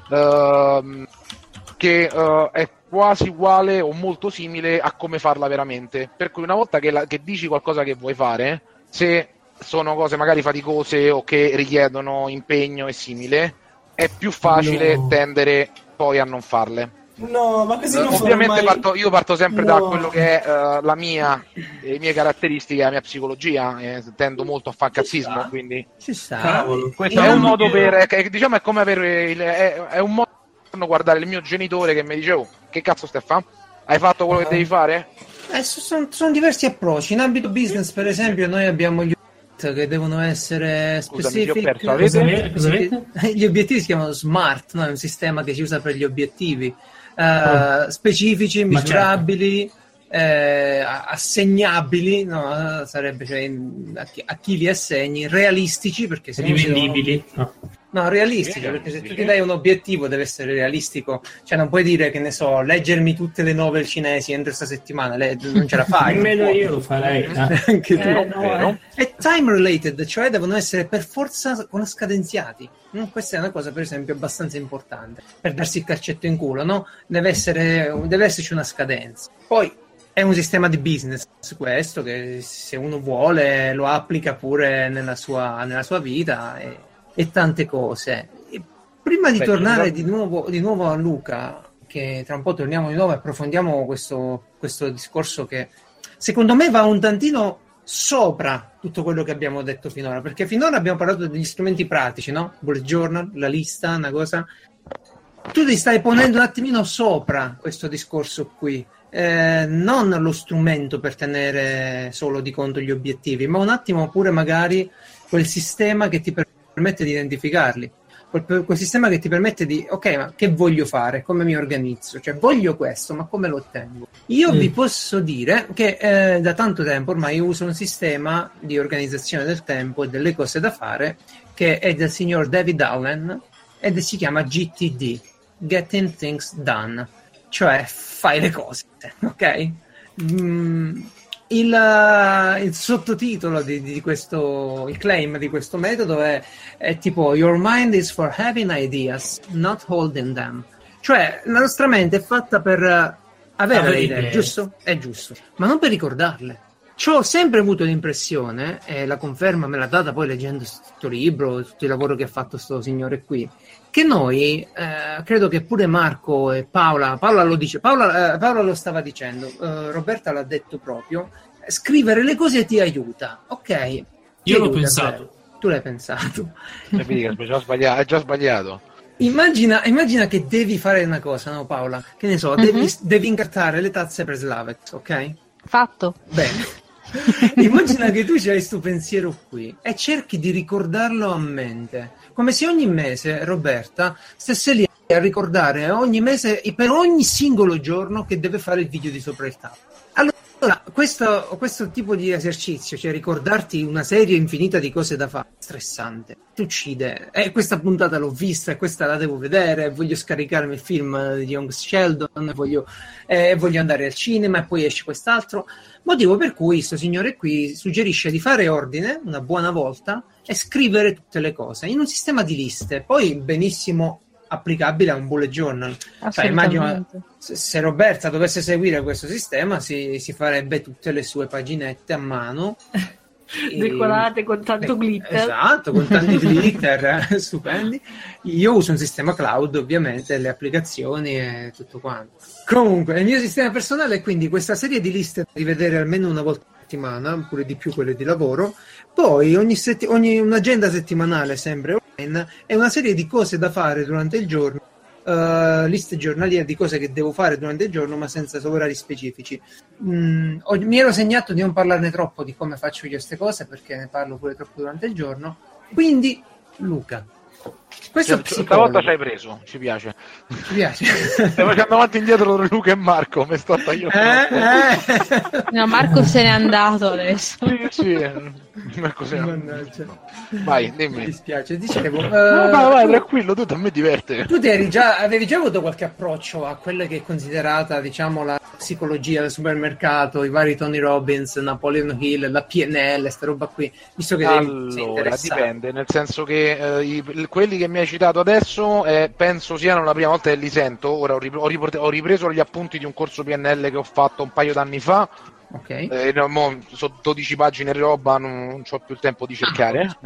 che è quasi uguale o molto simile a come farla veramente, per cui una volta che dici qualcosa che vuoi fare, se sono cose magari faticose o che richiedono impegno e simile, è più facile tendere poi a non farle. No, ma così non ovviamente io parto sempre da quello che è le mie caratteristiche, la mia psicologia, tendo molto a fancazzismo, quindi ci sta. Questo è un modo diciamo è come avere è un modo per guardare il mio genitore che mi dice che cazzo stai a fare? Hai fatto quello che devi fare? Sono diversi approcci. In ambito business, per esempio, noi abbiamo gli che devono essere specifici. Gli obiettivi si chiamano SMART, no? È un sistema che si usa per gli obiettivi specifici, misurabili, assegnabili, no? Sarebbe, cioè, a chi li assegni, realistici, perché se rivendibili. No, realistico, perché se tu ti dai un obiettivo deve essere realistico, cioè non puoi dire, che ne so, leggermi tutte le novel cinesi entro questa settimana, non ce la fai. Nemmeno io lo farei. Anche tu. No. È time related, cioè devono essere per forza scadenziati. Questa è una cosa, per esempio, abbastanza importante per darsi il calcetto in culo, no? Deve esserci una scadenza. Poi è un sistema di business questo, che se uno vuole lo applica pure nella sua vita e tante cose. E prima di tornare di nuovo a Luca, che tra un po' torniamo di nuovo e approfondiamo questo discorso che secondo me va un tantino sopra tutto quello che abbiamo detto finora, perché finora abbiamo parlato degli strumenti pratici, no? Bullet journal, la lista, una cosa. Tu ti stai ponendo un attimino sopra questo discorso qui. Non lo strumento per tenere solo di conto gli obiettivi, ma un attimo pure magari quel sistema che ti permette di identificarli, quel sistema che ti permette di ok, ma che voglio fare, come mi organizzo, cioè voglio questo, ma come lo ottengo? Io vi posso dire che da tanto tempo ormai uso un sistema di organizzazione del tempo e delle cose da fare che è del signor David Allen ed si chiama GTD, Getting Things Done, cioè fai le cose, ok? Il sottotitolo di questo, il claim di questo metodo è tipo your mind is for having ideas, not holding them. Cioè la nostra mente è fatta per avere le idee, giusto? È giusto, ma non per ricordarle. Ho sempre avuto l'impressione, e la conferma me l'ha data poi leggendo questo libro, tutto il lavoro che ha fatto sto signore qui, che noi, credo che pure Marco e Paola lo dice, Paola lo stava dicendo, Roberta l'ha detto proprio, scrivere le cose ti aiuta, ok? Io l'ho pensato. Tu l'hai pensato. È già sbagliato. Immagina che devi fare una cosa, no Paola? Che ne so, devi incartare le tazze per Slavex, ok? Fatto. Bene. Immagina che tu c'hai questo pensiero qui e cerchi di ricordarlo a mente, come se ogni mese Roberta stesse lì a ricordare ogni mese per ogni singolo giorno che deve fare il video di sopra il tavolo. Allora, questo tipo di esercizio, cioè ricordarti una serie infinita di cose da fare, stressante, ti uccide. Questa puntata l'ho vista, questa la devo vedere, voglio scaricarmi il film di Young Sheldon, voglio andare al cinema e poi esce quest'altro. Motivo per cui questo signore qui suggerisce di fare ordine una buona volta e scrivere tutte le cose in un sistema di liste, poi benissimo applicabile a un bullet journal. Cioè, immagino se Roberta dovesse seguire questo sistema si farebbe tutte le sue paginette a mano decorate con tanto glitter. Esatto, con tanti glitter stupendi. Io uso un sistema cloud, ovviamente, le applicazioni e tutto quanto. Comunque il mio sistema personale è quindi questa serie di liste da rivedere almeno una volta a settimana, pure di più quelle di lavoro, poi ogni un'agenda settimanale sempre online e una serie di cose da fare durante il giorno, liste giornaliere di cose che devo fare durante il giorno ma senza orari specifici. Mi ero segnato di non parlarne troppo di come faccio io queste cose perché ne parlo pure troppo durante il giorno, quindi Luca, questo stavolta ci hai preso, ci piace. Stiamo facendo avanti e indietro tra Luca e Marco, mi sto tagliando. No, Marco se n'è andato adesso. Sì. Marco se n'è. Vai, dimmi. Mi dispiace, dicevo. Vai, tranquillo, tutto a me diverte. Tu avevi già avuto qualche approccio a quella che è considerata, diciamo, la psicologia del supermercato, i vari Tony Robbins, Napoleon Hill, la PNL, questa roba qui, visto che allora dipende, nel senso che quelli che mi hai citato adesso penso siano la prima volta che li sento. Ora ho ripreso gli appunti di un corso PNL che ho fatto un paio d'anni fa. Ok. Sono 12 pagine di roba, non ho più il tempo di cercare.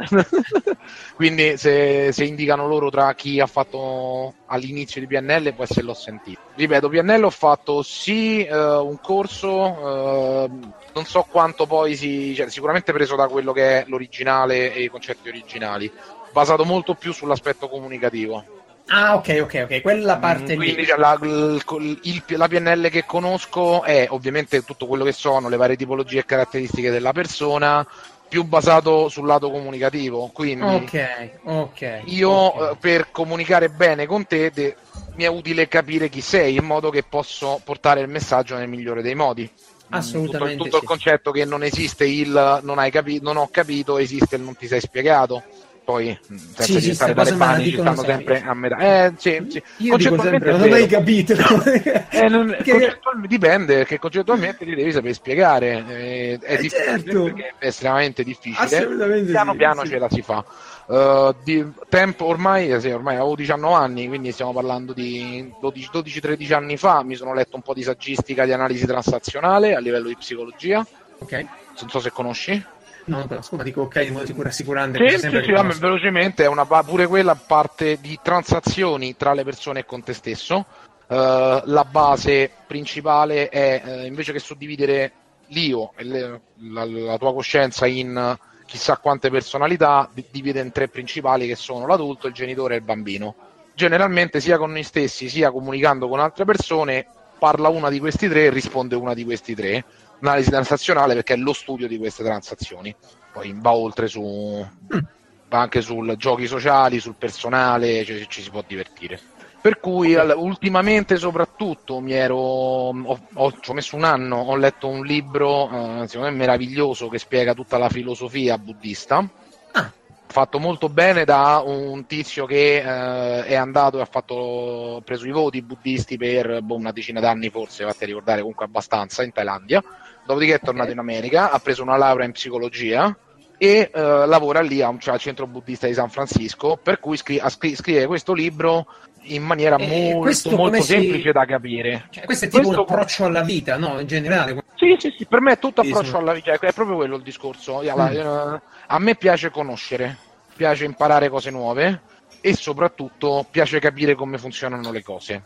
Quindi se indicano loro tra chi ha fatto all'inizio di PNL può essere l'ho sentito. Ripeto, PNL ho fatto sì un corso, non so quanto poi sicuramente preso da quello che è l'originale e i concetti originali, basato molto più sull'aspetto comunicativo. Ah, ok, quella parte quindi lì. La PNL che conosco è ovviamente tutto quello che sono le varie tipologie e caratteristiche della persona, più basato sul lato comunicativo. Quindi io per comunicare bene con te mi è utile capire chi sei, in modo che posso portare il messaggio nel migliore dei modi. Assolutamente. Tutto il concetto che non esiste il non ho capito, esiste il non ti sei spiegato. poi senza diventare talebani ci stanno sempre a metà. Sì. Io dico sempre, non hai capito. Dipende, che concettualmente ti devi sapere spiegare. È difficile, certo. Perché è estremamente difficile. Piano piano ce la si fa. Tempo ormai avevo 19 anni, quindi stiamo parlando di 12-13 anni fa. Mi sono letto un po' di saggistica di analisi transazionale a livello di psicologia. Ok. Non so se conosci. No, ma dico ok, in modo rassicurante. Sì, velocemente è pure quella parte di transazioni tra le persone e con te stesso. La base principale è invece che suddividere l'io e la tua coscienza in chissà quante personalità, divide in 3 principali che sono l'adulto, il genitore e il bambino. Generalmente sia con noi stessi sia comunicando con altre persone parla una di questi 3 e risponde una di questi 3. Analisi transazionale perché è lo studio di queste transazioni, poi va oltre va anche sul giochi sociali, sul personale, cioè ci si può divertire. Per cui ultimamente soprattutto ci ho messo un anno, ho letto un libro secondo me meraviglioso che spiega tutta la filosofia buddista, fatto molto bene da un tizio che è andato e ha preso i voti buddisti per una decina d'anni, forse, fate ricordare, comunque abbastanza, in Thailandia. Dopodiché è tornato in America, ha preso una laurea in psicologia e lavora lì al centro buddista di San Francisco, per cui scrive questo libro in maniera molto semplice da capire. Cioè, questo è tipo un approccio alla vita, no? In generale. Sì, per me è tutto approccio alla vita, è proprio quello il discorso. A me piace conoscere, piace imparare cose nuove e soprattutto piace capire come funzionano le cose.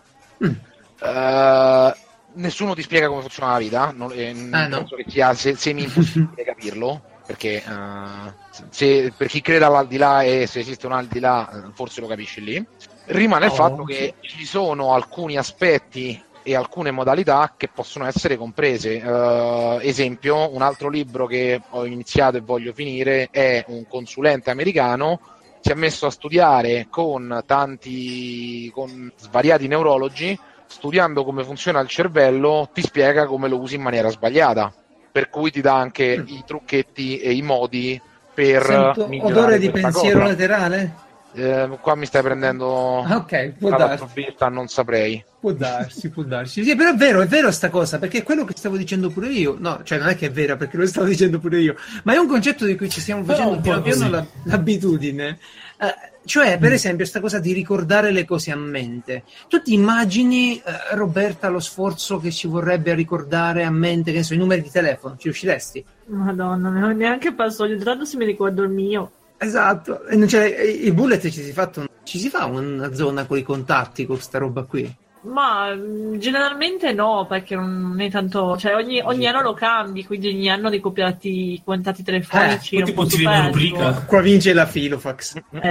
Nessuno ti spiega come funziona la vita, non penso che sia semi impossibile capirlo, perché per chi crede all'aldilà e se esiste un aldilà forse lo capisci lì. Rimane il fatto che ci sono alcuni aspetti e alcune modalità che possono essere comprese. Esempio, un altro libro che ho iniziato e voglio finire è un consulente americano, si è messo a studiare con svariati neurologi, studiando come funziona il cervello, ti spiega come lo usi in maniera sbagliata, per cui ti dà anche i trucchetti e i modi per migliorare odore di pensiero cosa. Laterale? Qua mi stai prendendo può darsi. Non saprei. Può darsi. Sì, però è vero sta cosa, perché è quello che stavo dicendo pure io. No, cioè non è che è vera, perché lo stavo dicendo pure io, ma è un concetto di cui ci stiamo facendo piano piano l'abitudine. Cioè, per esempio, sta cosa di ricordare le cose a mente. Tu ti immagini, Roberta, lo sforzo che ci vorrebbe a ricordare a mente, che ne so, i numeri di telefono? Ci riusciresti? Madonna, non ho neanche passato, tanto se mi ricordo il mio. Esatto, cioè, il bullet ci si fa una zona con i contatti con sta roba qui? Ma generalmente no, perché non è tanto, cioè ogni anno lo cambi, quindi ogni anno ricopiati i contatti telefonici. Qua vince la Filofax.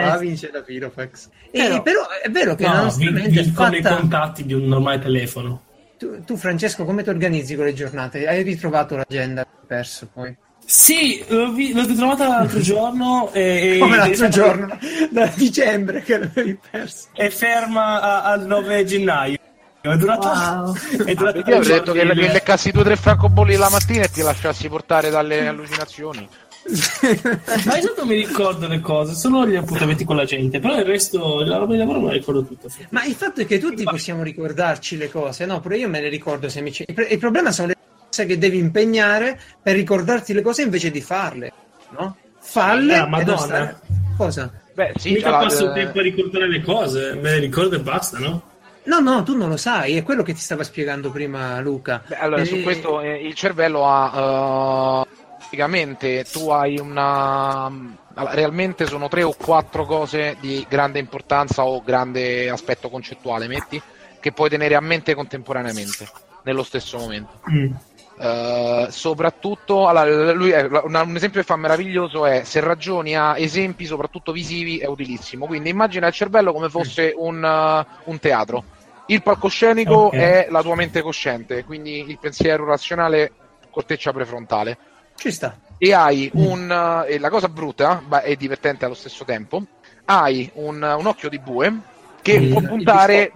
Però è vero che con i contatti di un normale telefono. Tu Francesco, come ti organizzi con le giornate? Hai ritrovato l'agenda perso poi? Sì, l'ho ritrovata l'altro giorno. Come l'altro giorno? Da dicembre che l'avevi perso. È ferma al 9 gennaio. È durato. Io avrei detto che leccassi 2 o 3 francobolli la mattina e ti lasciassi portare dalle allucinazioni. Ma io non mi ricordo le cose, solo gli appuntamenti con la gente, però il resto, la roba di lavoro me la ricordo tutta. Ma il fatto è che tutti possiamo ricordarci le cose, no? Pure io me le ricordo se il problema sono le cose che devi impegnare per ricordarti le cose invece di farle, no? Falle, Madonna. Cosa? Mica passo il tempo a ricordare le cose, me le ricordo e basta, no? No, tu non lo sai, è quello che ti stava spiegando prima Luca. Allora, su questo il cervello ha praticamente tu hai realmente sono 3 o 4 cose di grande importanza o grande aspetto concettuale, che puoi tenere a mente contemporaneamente nello stesso momento. Soprattutto un esempio che fa meraviglioso è: se ragioni a esempi soprattutto visivi è utilissimo, quindi immagina il cervello come fosse un teatro, il palcoscenico è la tua mente cosciente, quindi il pensiero razionale, corteccia prefrontale, ci sta, e hai e la cosa brutta ma è divertente allo stesso tempo, hai un occhio di bue che può puntare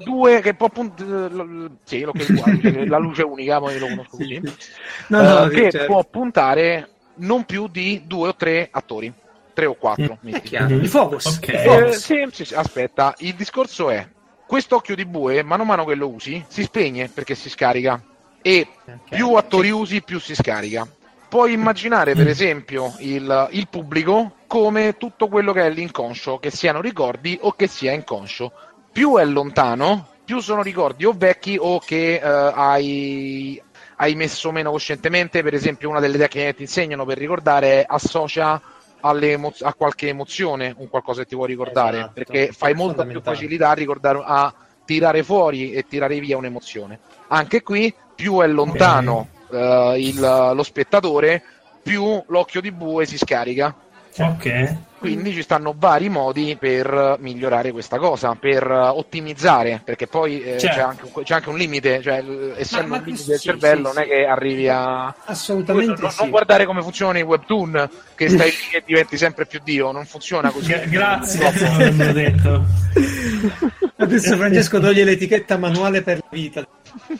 la luce unica, poi lo conosco così, può puntare non più di 2 o 3 attori, 3 o 4. È chiaro. Il focus. Okay. Sì, aspetta, il discorso è, quest'occhio di bue, mano a mano che lo usi, si spegne perché si scarica, e più attori usi, più si scarica. Puoi immaginare, per esempio, il pubblico come tutto quello che è l'inconscio, che siano ricordi o che sia inconscio. Più è lontano, più sono ricordi o vecchi o che hai messo meno coscientemente. Per esempio, una delle tecniche che ti insegnano per ricordare è associa a qualche emozione un qualcosa che ti vuoi ricordare, esatto, perché fai molta più facilità a ricordare, a tirare fuori e tirare via un'emozione. Anche qui, più è lontano lo spettatore, più l'occhio di bue si scarica. Ok. Quindi ci stanno vari modi per migliorare questa cosa, per ottimizzare, perché poi c'è anche un limite, cioè essendo un limite del cervello non è che arrivi a... Assolutamente non guardare come funzionano i webtoon, che stai lì e diventi sempre più Dio, non funziona così. Grazie per avermelo detto. Adesso Francesco toglie l'etichetta manuale per la vita.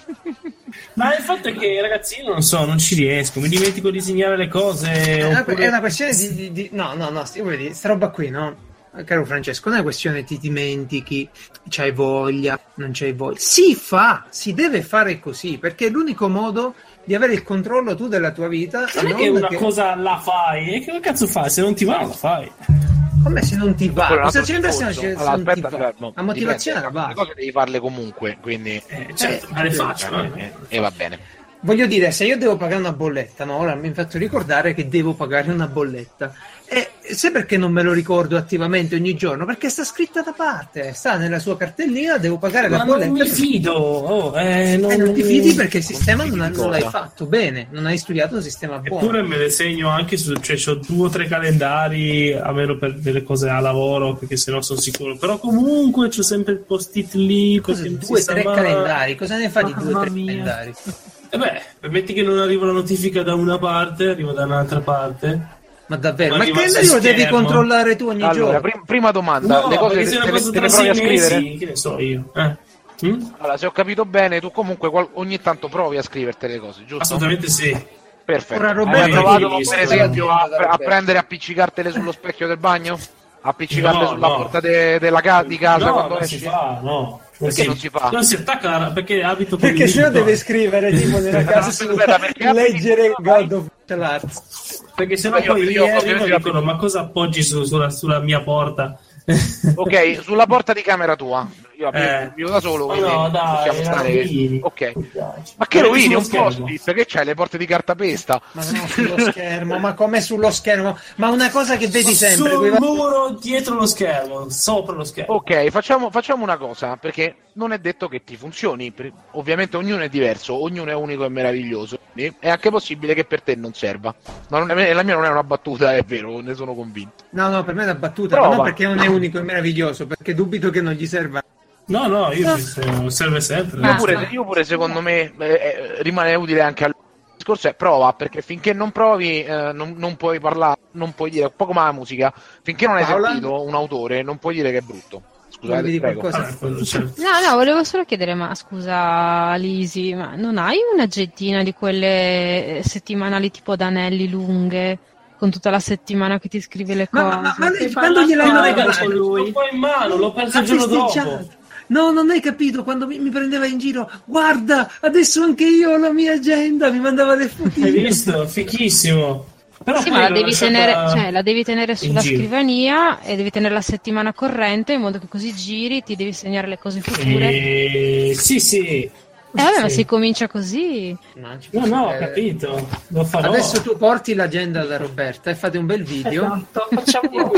Ma il fatto è che, ragazzi, io non so, non ci riesco, mi dimentico di disegnare le cose. È una questione di no, vedi, sta roba qui, no? Caro Francesco, non è questione ti dimentichi, c'hai voglia, non c'hai voglia. Si deve fare così, perché è l'unico modo di avere il controllo tu della tua vita. Non è che una cosa la fai, e che cazzo fai? Se non ti va, la fai. Come se non ti va? Cosa c'entra se non ti va? No, la motivazione la va. Le cose devi farle comunque, quindi certo, ma le faccio. E va bene. Voglio dire, se io devo pagare una bolletta, no? Ora mi hai fatto ricordare che devo pagare una bolletta. E sai perché non me lo ricordo attivamente ogni giorno? Perché sta scritta da parte, sta nella sua cartellina, devo pagare la bolletta. Non mi fido. Non ti fidi perché il sistema non l'hai fatto bene, non hai studiato un sistema buono. Eppure me le segno anche cioè ho 2 o 3 calendari, almeno per delle cose a lavoro, perché sennò sono sicuro. Però comunque c'ho sempre il post-it lì. 2 o 3 calendari, cosa ne fa di 2 o 3 calendari? Permetti che non arriva la notifica da una parte, arriva da un'altra parte. Ma davvero? Ma che lo devi controllare tu ogni giorno? Prima domanda, le cose te le provi a scrivere? Che ne so io. Allora, se ho capito bene, tu comunque ogni tanto provi a scriverti le cose, giusto? Assolutamente sì. Perfetto. Ora, Hai provato per esempio a prendere e appiccicartele sullo specchio del bagno? Appiccicarle sulla porta di casa quando esci? No. Perché non si fa? Non si attacca perché abito con perché se no deve scrivere tipo nella casa leggere God of Arts. Perché se no poi lì arrivano e dicono ma cosa appoggi sulla mia porta? Ok, sulla porta di camera tua. Io vivo da solo, quindi possiamo stare. Ok. Ma che rovini un post-it? Perché c'hai le porte di cartapesta? Ma no, sullo schermo, ma com'è sullo schermo? Ma una cosa che vedi sempre. Sul muro dietro lo schermo, sopra lo schermo. Ok, facciamo una cosa, perché non è detto che ti funzioni. Ovviamente ognuno è diverso, ognuno è unico e meraviglioso. È anche possibile che per te non serva. Ma la mia non è una battuta, è vero, ne sono convinto. No, per me è una battuta, ma non perché non è unico e meraviglioso, perché dubito che non gli serva. No, serve sempre. Io pure secondo me rimane utile anche al discorso è prova, perché finché non provi non puoi parlare, non puoi dire, poco come la musica, finché non hai sentito un autore non puoi dire che è brutto. Scusate, prego. No, volevo solo chiedere, ma scusa Lisi, ma non hai un'aggettina di quelle settimanali tipo d'anelli lunghe? Con tutta la settimana che ti scrive le cose. Ma quando gliel'hanno regalato con lui? L'ho poi in mano, l'ho perso il giorno dopo. No, non hai capito, quando mi prendeva in giro, guarda, adesso anche io ho la mia agenda, mi mandava le fotine. Hai visto? Fichissimo. Però sì, ma la devi tenere sulla scrivania e devi tenere la settimana corrente in modo che così giri, ti devi segnare le cose future. Sì. Vabbè, ma si comincia così. No, ho capito. Lo farò. Adesso tu porti l'agenda da Roberta e fate un bel video. Esatto, facciamo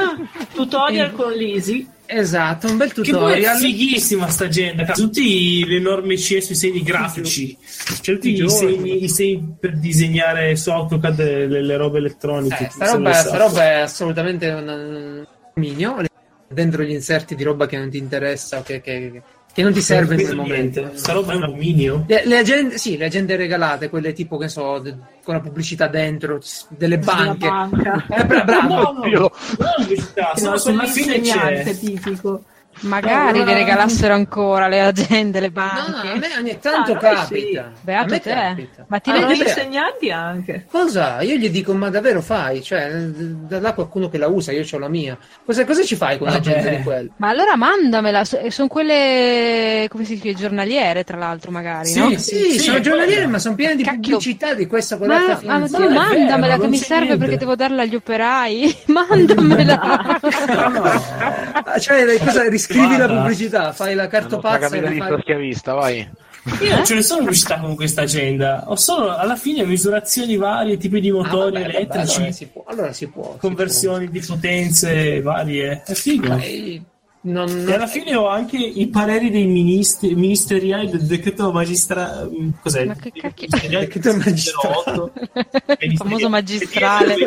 tutorial con Lisi. Esatto, un bel tutorial. Che poi è fighissima sta agenda. Tutti gli enormi CS sui segni grafici. Cioè tutti i segni per disegnare su AutoCAD le robe elettroniche. Sta roba è assolutamente un dominio. Dentro gli inserti di roba che non ti interessa, che non ti serve in quel momento. Sta roba è un abominio. Le agende regalate, quelle tipo che so, con la pubblicità dentro, delle banche. Bravo. No, sono una insegnante tipico. Magari le regalassero ancora le agende, le banche. No, a me ogni tanto capita. Sì. Beato te. Capita. Ma ti hanno vedi gli insegnanti anche. Cosa? Io gli dico, ma davvero fai? Cioè, da là qualcuno che la usa, io ho la mia. Cosa ci fai con l'agenda di quello? Ma allora mandamela, sono quelle, come si dice, giornaliere, tra l'altro, magari, sì, no? Sì, sono giornaliere, ma sono piene di pubblicità di questa quella ma tu mandamela che mi serve perché devo darla agli operai. Mandamela. Cioè, cosa, riscrivi la pubblicità, fai la cartopazza. Capitalista schiavista, vai. Io non ce ne sono pubblicità con questa agenda, ho solo alla fine misurazioni varie, tipi di motori elettrici, allora si può. conversioni di potenze varie. È figo. E alla fine ho anche i pareri dei ministeriali del decreto cos'è? Ma che cacchio? Il decreto magistrale. Il famoso magistrale.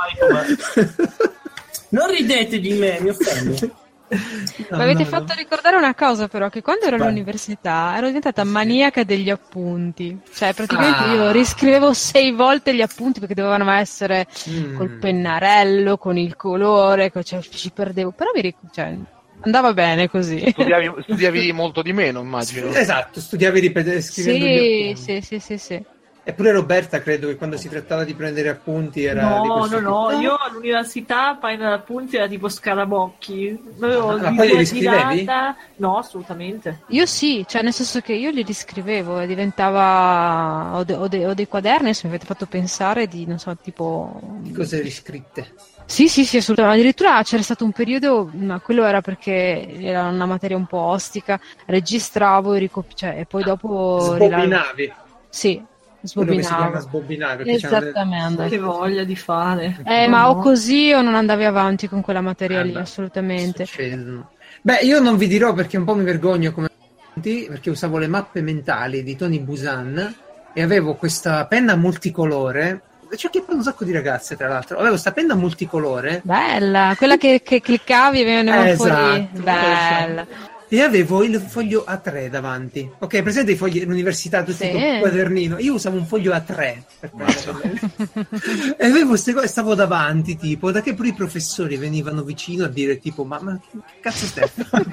Non ridete di me, mi offende. Mi avete fatto ricordare una cosa però, che quando ero all'università ero diventata maniaca degli appunti, cioè praticamente io riscrivevo 6 volte gli appunti perché dovevano essere col pennarello, con il colore, cioè ci perdevo, però andava bene così. Studiavi molto di meno, immagino. Esatto, studiavi scrivendo gli appunti. Sì. Eppure Roberta credo che quando si trattava di prendere appunti era No, io all'università prendere appunti era tipo Scarabocchi. Ma poi li riscrivevi? No, assolutamente. Io sì, cioè nel senso che io li riscrivevo e diventava ho dei quaderni, se mi avete fatto pensare di, non so, tipo di cose riscritte. Sì, assolutamente. Addirittura c'era stato un periodo, ma quello era perché era una materia un po' ostica, registravo e poi dopo sbobinavi. Sì. Sbobinare. Esattamente. Che voglia di fare. Ma o così o non andavi avanti con quella materia lì, assolutamente. Beh, io non vi dirò perché un po' mi vergogno perché usavo le mappe mentali di Tony Buzan e avevo questa penna multicolore. C'è che poi un sacco di ragazze, tra l'altro. Avevo questa penna multicolore. Bella, quella che cliccavi e venivano fuori. Bella. E avevo il foglio A3 davanti. Ok, presente i fogli all'università, tutti con un quadernino. Io usavo un foglio A3 per e avevo queste cose, stavo davanti, tipo, da che pure i professori venivano vicino a dire, tipo, ma che cazzo stai?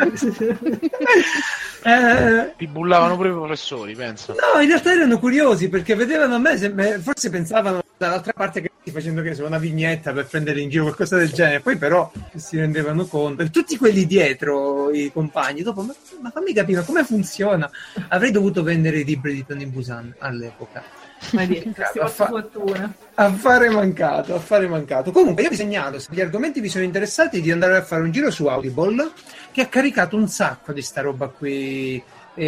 Ti bullavano pure i professori, penso. No, in realtà erano curiosi perché vedevano a me, forse pensavano dall'altra parte che stai facendo che una vignetta per prendere in giro qualcosa del genere, poi però si rendevano conto e tutti quelli dietro, i compagni, dopo ma fammi capire come funziona. Avrei dovuto vendere i libri di Tony Buzan all'epoca. Affare mancato. Comunque io vi segnalo, se gli argomenti vi sono interessati, di andare a fare un giro su Audible, che ha caricato un sacco di sta roba qui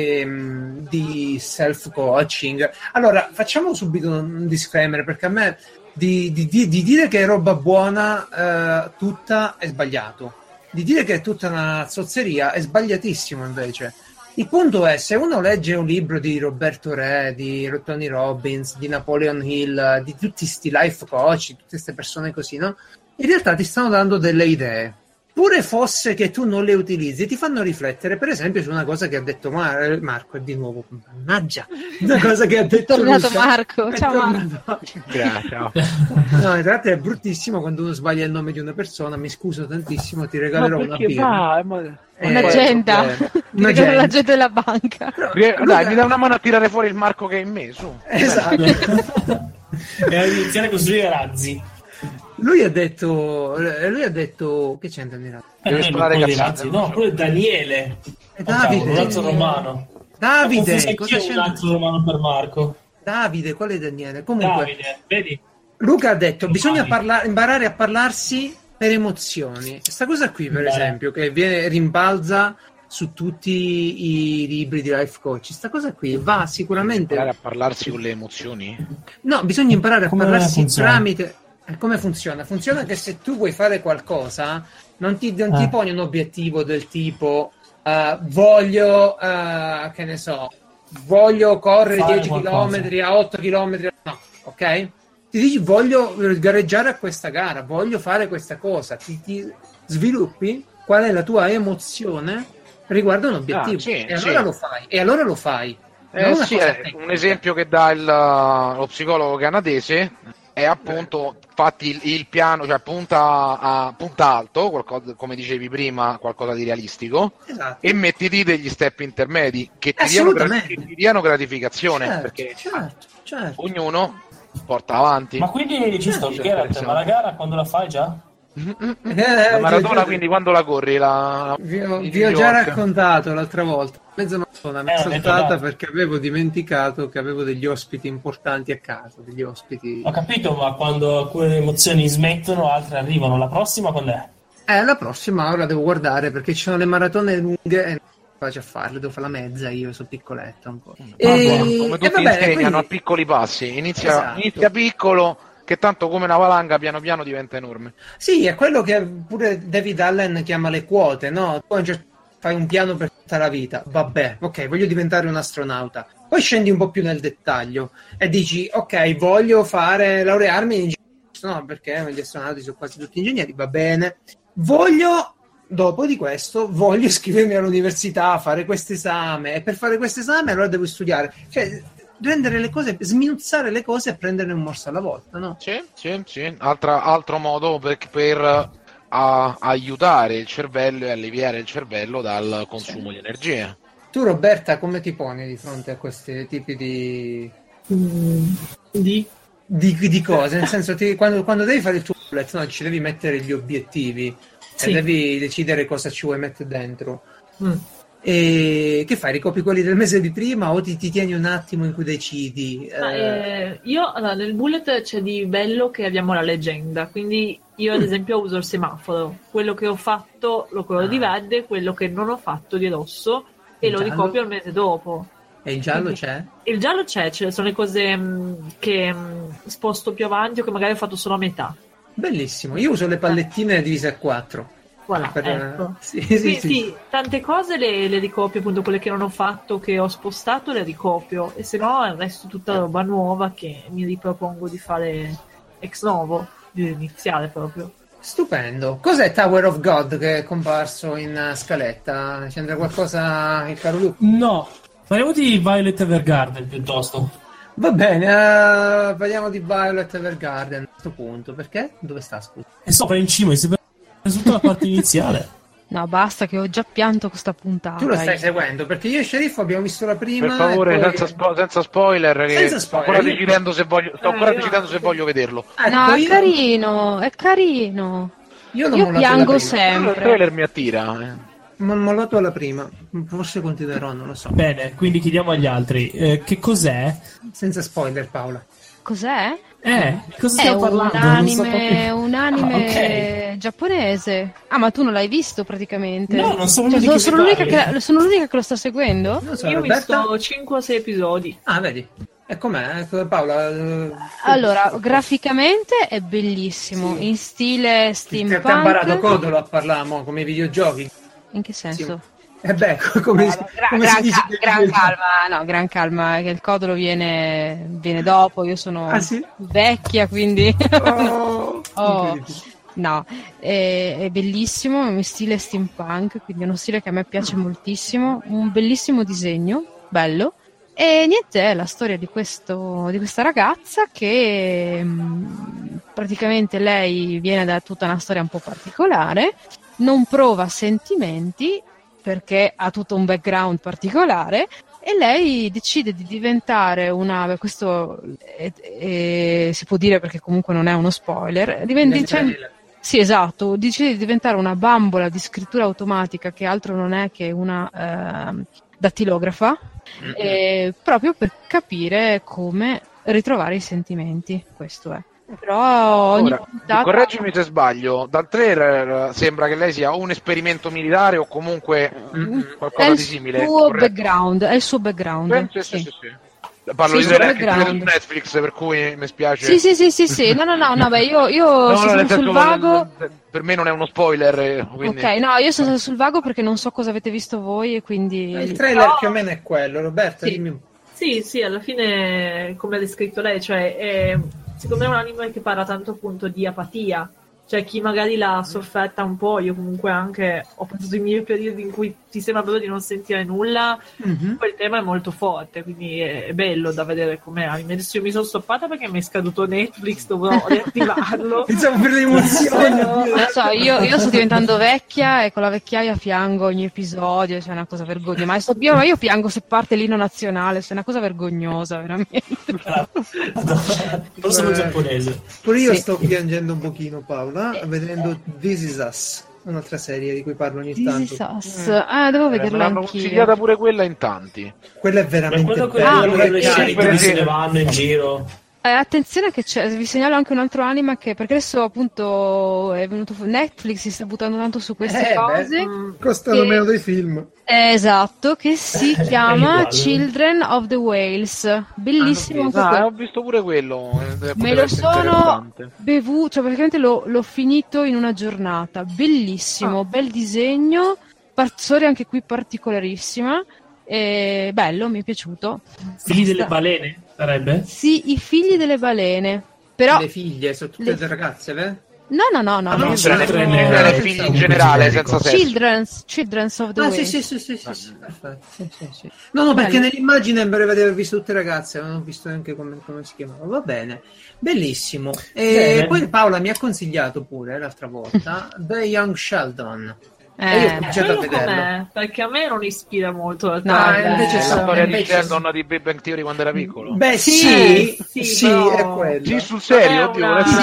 di self-coaching. Allora, facciamo subito un disclaimer, perché a me di dire che è roba buona tutta è sbagliato. Di dire che è tutta una zozzeria è sbagliatissimo invece. Il punto è, se uno legge un libro di Roberto Re, di Tony Robbins, di Napoleon Hill, di tutti sti life coach, tutte queste persone così, no? In realtà ti stanno dando delle idee. Pure fosse che tu non le utilizzi, ti fanno riflettere, per esempio, su una cosa che ha detto Marco, e di nuovo, mannaggia, una cosa che ha detto tornato Luca. Marco, ciao Marco. Ciao. No, in realtà è bruttissimo quando uno sbaglia il nome di una persona, mi scuso tantissimo, ti regalerò una birra. Un'agenda, l'agenda della banca. Dai, mi dai una mano a tirare fuori il Marco che è in me, su. Esatto. E a iniziare a costruire razzi. Lui ha detto che c'entra di razzi? Deve sparare razzi. No, quello è Daniele. Davide, un altro romano. Davide, cosa c'è? Un altro romano per Marco. Davide, quale Daniele? Comunque, Davide, vedi? Luca ha detto bisogna imparare a parlarsi per emozioni. Questa cosa qui, per esempio, che rimbalza su tutti i libri di life coach, questa cosa qui va sicuramente imparare a parlarsi con le emozioni? No, bisogna imparare a parlarsi tramite. Come funziona? Funziona che se tu vuoi fare qualcosa non ti poni un obiettivo del tipo voglio che ne so, voglio correre 10 km a 8 km, no, ok? Ti dici voglio gareggiare a questa gara, voglio fare questa cosa, ti sviluppi qual è la tua emozione riguardo un obiettivo allora lo fai. Un esempio che dà lo psicologo canadese è appunto fatti il piano, cioè punta alto, qualcosa, come dicevi prima, qualcosa di realistico, esatto. E mettiti degli step intermedi che ti diano gratificazione, perché certo. Ognuno porta avanti. Ma quindi giusto, Geralt, ma la gara quando la fai già? La maratona, quindi quando la corri? Vi ho già raccontato l'altra volta. Mezza maratona mi è saltata perché avevo dimenticato che avevo degli ospiti importanti a casa. Degli ospiti. Ho capito, ma quando alcune emozioni smettono, altre arrivano. La prossima quando è? La prossima ora devo guardare perché ci sono le maratone lunghe e non faccio a farle, devo fare la mezza, io sono piccoletto ancora. Come tutti insegnano, a piccoli passi. Inizia piccolo, che tanto come una valanga piano piano diventa enorme. Sì, è quello che pure David Allen chiama le quote, no? Tu fai un piano per tutta la vita, vabbè, ok, voglio diventare un astronauta. Poi scendi un po' più nel dettaglio e dici, ok, voglio laurearmi in ingegneria, no, perché gli astronauti sono quasi tutti ingegneri, va bene. Dopo di questo, voglio iscrivermi all'università, fare questo esame, e per fare questo esame allora devo studiare. Cioè, rendere le cose, sminuzzare le cose e prenderne un morso alla volta, no? Sì. Altro modo per aiutare il cervello e alleviare il cervello dal consumo di energia. Tu, Roberta, come ti poni di fronte a questi tipi di cose? Nel senso, quando devi fare il tuo bullet, no, ci devi mettere gli obiettivi e devi decidere cosa ci vuoi mettere dentro. E che fai? Ricopi quelli del mese di prima o ti tieni un attimo in cui decidi? Io nel bullet c'è di bello che abbiamo la leggenda, quindi io ad esempio uso il semaforo, quello che ho fatto lo coloro di verde, quello che non ho fatto di rosso e lo ricopio il mese dopo. E il giallo c'è? Il giallo c'è, sono le cose che sposto più avanti o che magari ho fatto solo a metà. Bellissimo, io uso le pallettine divise a 4. Voilà, ecco. Sì, tante cose le ricopio, appunto quelle che non ho fatto, che ho spostato, le ricopio, e se no il resto tutta roba nuova che mi ripropongo di fare ex novo, di iniziare proprio. Stupendo. Cos'è Tower of God che è comparso in scaletta? C'entra qualcosa il caro Luca? No, parliamo di Violet Evergarden piuttosto. Va bene, parliamo di Violet Evergarden a questo punto. Perché? Dove sta, scusa? È sopra in cima, tutta la parte iniziale. No, basta, che ho già pianto questa puntata. Tu lo stai seguendo, perché io e Sceriffo abbiamo visto la prima. Per favore, senza spoiler. Sto ancora decidendo se voglio vederlo. No, è carino. Io piango sempre. Il trailer mi attira. Ma ho mollato alla prima. Forse continuerò, non lo so. Bene, quindi chiediamo agli altri. Che cos'è? Senza spoiler, Paola. Cos'è? Cosa stiamo parlando? Un anime giapponese. Ah, ma tu non l'hai visto praticamente? No, non sono sono l'unica che lo sta seguendo? Io ho visto 5 o 6 episodi. Ah, vedi? E com'è, Paola? Allora, graficamente è bellissimo, in stile steampunk. Ti ha imparato Codolo a parlare come videogiochi? In che senso? Come si dice? Gran calma, che il Codolo viene dopo, io sono vecchia, quindi no, è bellissimo, è uno stile steampunk, quindi è uno stile che a me piace moltissimo, un bellissimo disegno, bello, e niente, è la storia di questa ragazza che praticamente lei viene da tutta una storia un po' particolare, non prova sentimenti perché ha tutto un background particolare e lei decide di diventare questo si può dire perché comunque non è uno spoiler, sì, esatto, decide di diventare una bambola di scrittura automatica che altro non è che una dattilografa, proprio per capire come ritrovare i sentimenti, questo è. Però ogni puntata... Correggimi se sbaglio, dal trailer sembra che lei sia un esperimento militare o comunque qualcosa di simile. È il suo background. Sì. Parlo di Netflix, per cui mi spiace. Sì. No, beh, io sono sul vago. Per me non è uno spoiler. Quindi... Ok, no, io sono sul vago perché non so cosa avete visto voi e quindi... Il trailer più o meno è quello, Roberta, dimmi un po'. Sì, alla fine, come ha descritto lei, cioè... secondo me è un anime che parla tanto appunto di apatia, Cioè, chi magari l'ha sofferta un po', io comunque anche ho passato i miei periodi in cui ti sembra proprio di non sentire nulla, quel tema è molto forte, quindi è bello da vedere come anime. Adesso io mi sono stoppata perché mi è scaduto Netflix, dovrò riattivarlo. Pensavo per le emozioni. Non so, io sto diventando vecchia e con la vecchiaia piango ogni episodio, cioè è una cosa vergognosa. Ma io piango se parte l'inno nazionale, cioè è una cosa vergognosa, veramente. Non sono giapponese. Pure io sto piangendo un pochino, Paola, vedendo This Is Us, un'altra serie di cui parlo ogni tanto. This Is Us. Devo vederla l'hanno anch'io. consigliata pure quella in tanti. Quella è veramente quello bella. le scene dove se ne vanno in giro. Attenzione che vi segnalo anche un altro anime perché adesso appunto è venuto Netflix, si sta buttando tanto su queste cose. Costano meno dei film. Esatto, che si chiama Children of the Whales. Bellissimo anche quello. Ho visto pure quello. Me lo sono bevuto, cioè praticamente l'ho finito in una giornata. Bellissimo, bel disegno, storia anche qui particolarissima. Bello, mi è piaciuto. Figli delle balene sarebbe? Sì, i figli delle balene. Però le figlie sono tutte le ragazze, vero? No. Le figli in generale, senza sesso. Children's of the Whales. Sì, perfetto. Sì. No, perché nell'immagine vorrei aver visto tutte ragazze, non ho visto neanche come si chiamava. Va bene, bellissimo. E poi Paola mi ha consigliato pure l'altra volta The Young Sheldon. Io ho cominciato a vederlo. Perché a me non ispira molto invece la storia di Sheldon di Big Bang Theory quando era piccolo. Beh, sì, però... è quello. Sì, sul serio,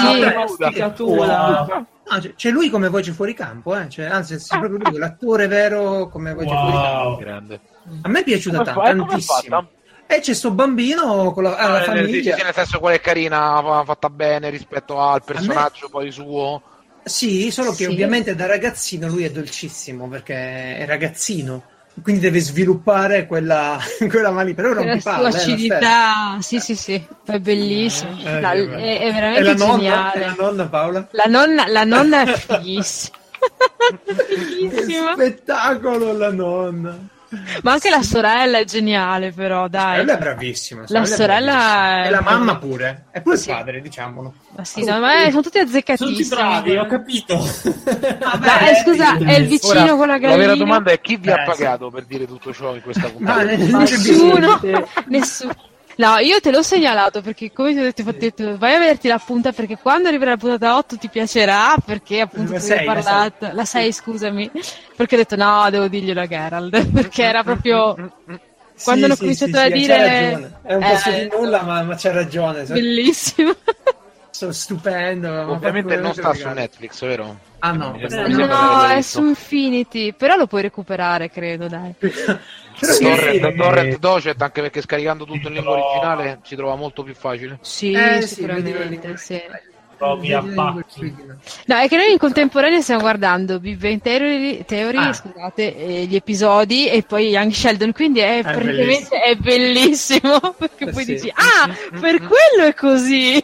c'è lui come voce fuori campo, cioè, anzi, è proprio lui, l'attore vero come voce fuori campo. Grande. A me è piaciuta tantissimo. E c'è sto bambino con la famiglia. Sì, nel senso quella è carina, fatta bene rispetto al personaggio poi suo. Sì, solo che ovviamente da ragazzino lui è dolcissimo perché è ragazzino, quindi deve sviluppare quella mani, però non mi parla. La sua acidità, sì, è bellissimo. È veramente geniale. La nonna Paola? La nonna è fighissima. Che spettacolo la nonna. Ma anche la sorella è geniale, però dai. La sorella è bravissima. La sorella e la mamma pure. E pure il padre, diciamolo. Ma sì, ma sono tutti azzeccatissimi. Sono tutti bravi, ho capito. Scusa, è il vicino con la gallina. La vera domanda è chi vi ha pagato per dire tutto ciò in questa puntata? Nessuno. No, io te l'ho segnalato perché come ti ho detto vai a vederti la punta perché quando arriverà la puntata 8 ti piacerà perché appunto tu hai parlato la 6 scusami, perché ho detto no, devo dirglielo a Geralt perché era proprio quando hanno cominciato a dire è un pezzo di nulla ma c'ha ragione, bellissimo. Sono stupendo. Ovviamente non sta su Netflix, vero? Ah no, è su Infinity, però lo puoi recuperare, credo, dai. Torrent Docet, anche perché scaricando tutto in lingua originale si trova molto più facile. Sì, sicuramente, sì. Proprio a pacchi. No, è che noi in contemporanea stiamo guardando Big Bang Theory, scusate, gli episodi e poi Young Sheldon, quindi praticamente è bellissimo perché poi dici per quello è così.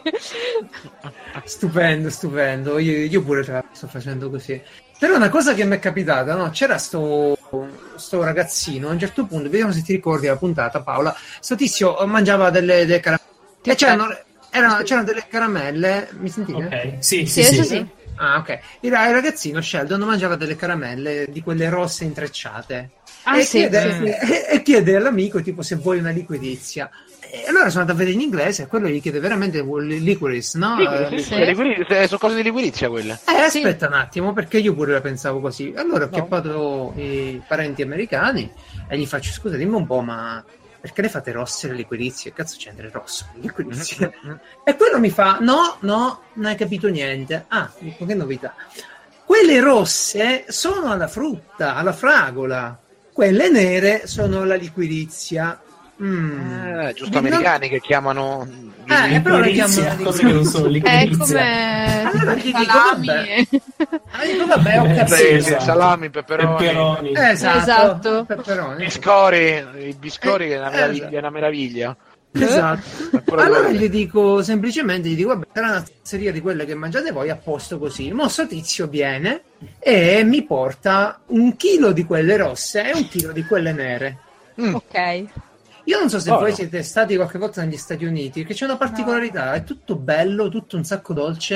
Stupendo. Io pure sto facendo così. Però una cosa che mi è capitata, no? C'era sto ragazzino, a un certo punto, vediamo se ti ricordi la puntata, Paola, sto tizio mangiava delle caramelle e c'erano delle caramelle, mi sentite? Ok, sì. Ah, ok. Il ragazzino Sheldon mangiava delle caramelle di quelle rosse intrecciate e chiede all'amico tipo se vuoi una liquidizia. E allora sono andato a vedere in inglese e quello gli chiede veramente licorice, no? Sono cose di liquirizia quelle. Aspetta un attimo, perché io pure la pensavo così. Allora ho chiappato i parenti americani e gli faccio scusa, dimmi un po', ma perché le fate rosse le liquirizie? Che cazzo c'entra il rosso le liquirizie? E quello mi fa no, non hai capito niente. Dico, che novità. Quelle rosse sono alla frutta, alla fragola. Quelle nere sono alla liquirizia. Giusto, americani che chiamano però le chiamano cose che non sono liquirizia. Allora gli dico vabbè, ho capito. Salami, peperoni. Esatto. Peperoni. I biscori che è una meraviglia. Esatto. Allora gli dico semplicemente, vabbè, sarà una serie di quelle che mangiate voi, a posto così. Il mostro tizio viene e mi porta 1 chilo di quelle rosse e 1 chilo di quelle nere. Ok. Io non so se voi siete stati qualche volta negli Stati Uniti, perché c'è una particolarità, è tutto bello, tutto un sacco dolce,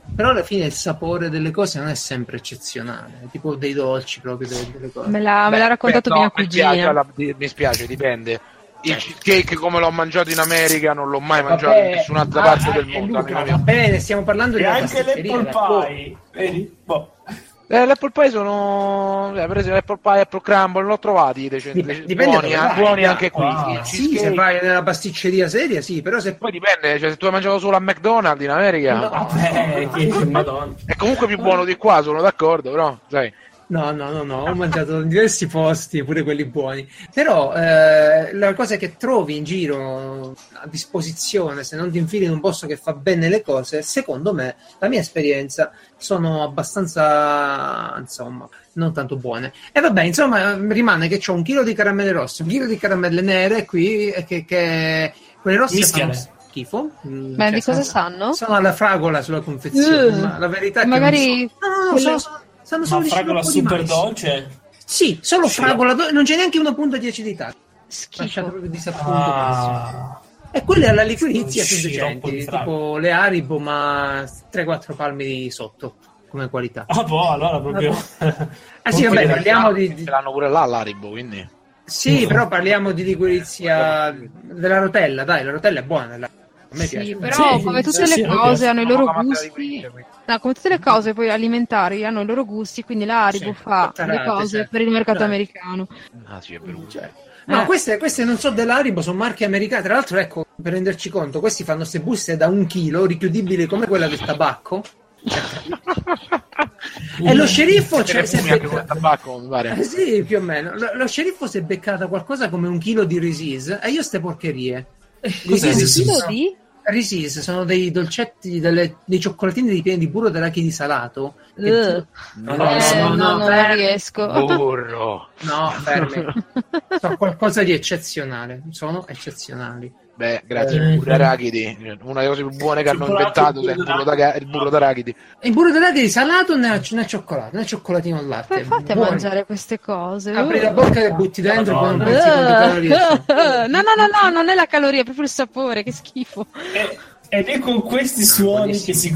però alla fine il sapore delle cose non è sempre eccezionale, tipo dei dolci proprio delle cose. Me l'ha raccontato mia cugina. Mi spiace, dipende. Il cheesecake come l'ho mangiato in America non l'ho mai mangiato in nessun'altra parte del mondo. Luca, va bene, stiamo parlando di anche l'apple pie, vedi? Boh. L'apple pie sono per esempio l'apple pie, apple crumble, non l'ho trovati buoni anche qui. Sì, se vai nella pasticceria seria, sì, però se poi dipende, cioè se tu hai mangiato solo a McDonald's in America, Madonna. è comunque più buono di qua, sono d'accordo, però sai. No, ho mangiato in diversi posti, pure quelli buoni. Però la cosa è che trovi in giro a disposizione, se non ti infili in un posto che fa bene le cose, secondo me, la mia esperienza, sono abbastanza, insomma, non tanto buone. E vabbè, insomma, rimane che c'ho 1 chilo di caramelle rosse, 1 chilo di caramelle nere qui, che quelle rosse fanno schifo. Ma di cosa sanno? Sono alla fragola sulla confezione, ma la verità è che magari sanno solo di fragola super dolce? Sì, solo fragola, non c'è neanche 1.10 di tazza. Schifo. Lasciate proprio disappunto. E quelle alla liquirizia più decenti, tipo le Haribo, ma 3-4 palmi sotto come qualità. Boh, allora proprio. Sì, vabbè, parliamo di. Ce l'hanno pure là l'Haribo, quindi. Sì, però parliamo di liquirizia della rotella, dai, la rotella è buona. A me piace. Però come tutte le cose hanno i loro gusti. No, come tutte le cose poi alimentari hanno i loro gusti, quindi la Haribo fa le cose per il mercato americano. Ah, sì, è vero. No, queste non so dell'Haribo, sono marche americane. Tra l'altro, ecco, per renderci conto, questi fanno queste buste da 1 chilo, richiudibili come quella del tabacco. E lo sceriffo c'è anche con il tabacco, mi pare. Sì, più o meno. Lo sceriffo si è beccata qualcosa come 1 chilo di Reese's e io ste porcherie. Reese's sono dei dolcetti, dei cioccolatini ripieni di burro d'arachidi salato. Non riesco. Burro. No, fermi. Sono qualcosa di eccezionale. Sono eccezionali. Beh, grazie. Il burro d'arachidi, una delle cose più buone che hanno inventato è il burro d'arachidi. Il burro d'arachidi salato nel cioccolato, nel cioccolatino al latte. Come fate a mangiare queste cose? Apri la bocca e butti dentro e poi non pensi quante calorie. No, non è la caloria, è proprio il sapore, che schifo. Ed è con questi suoni che si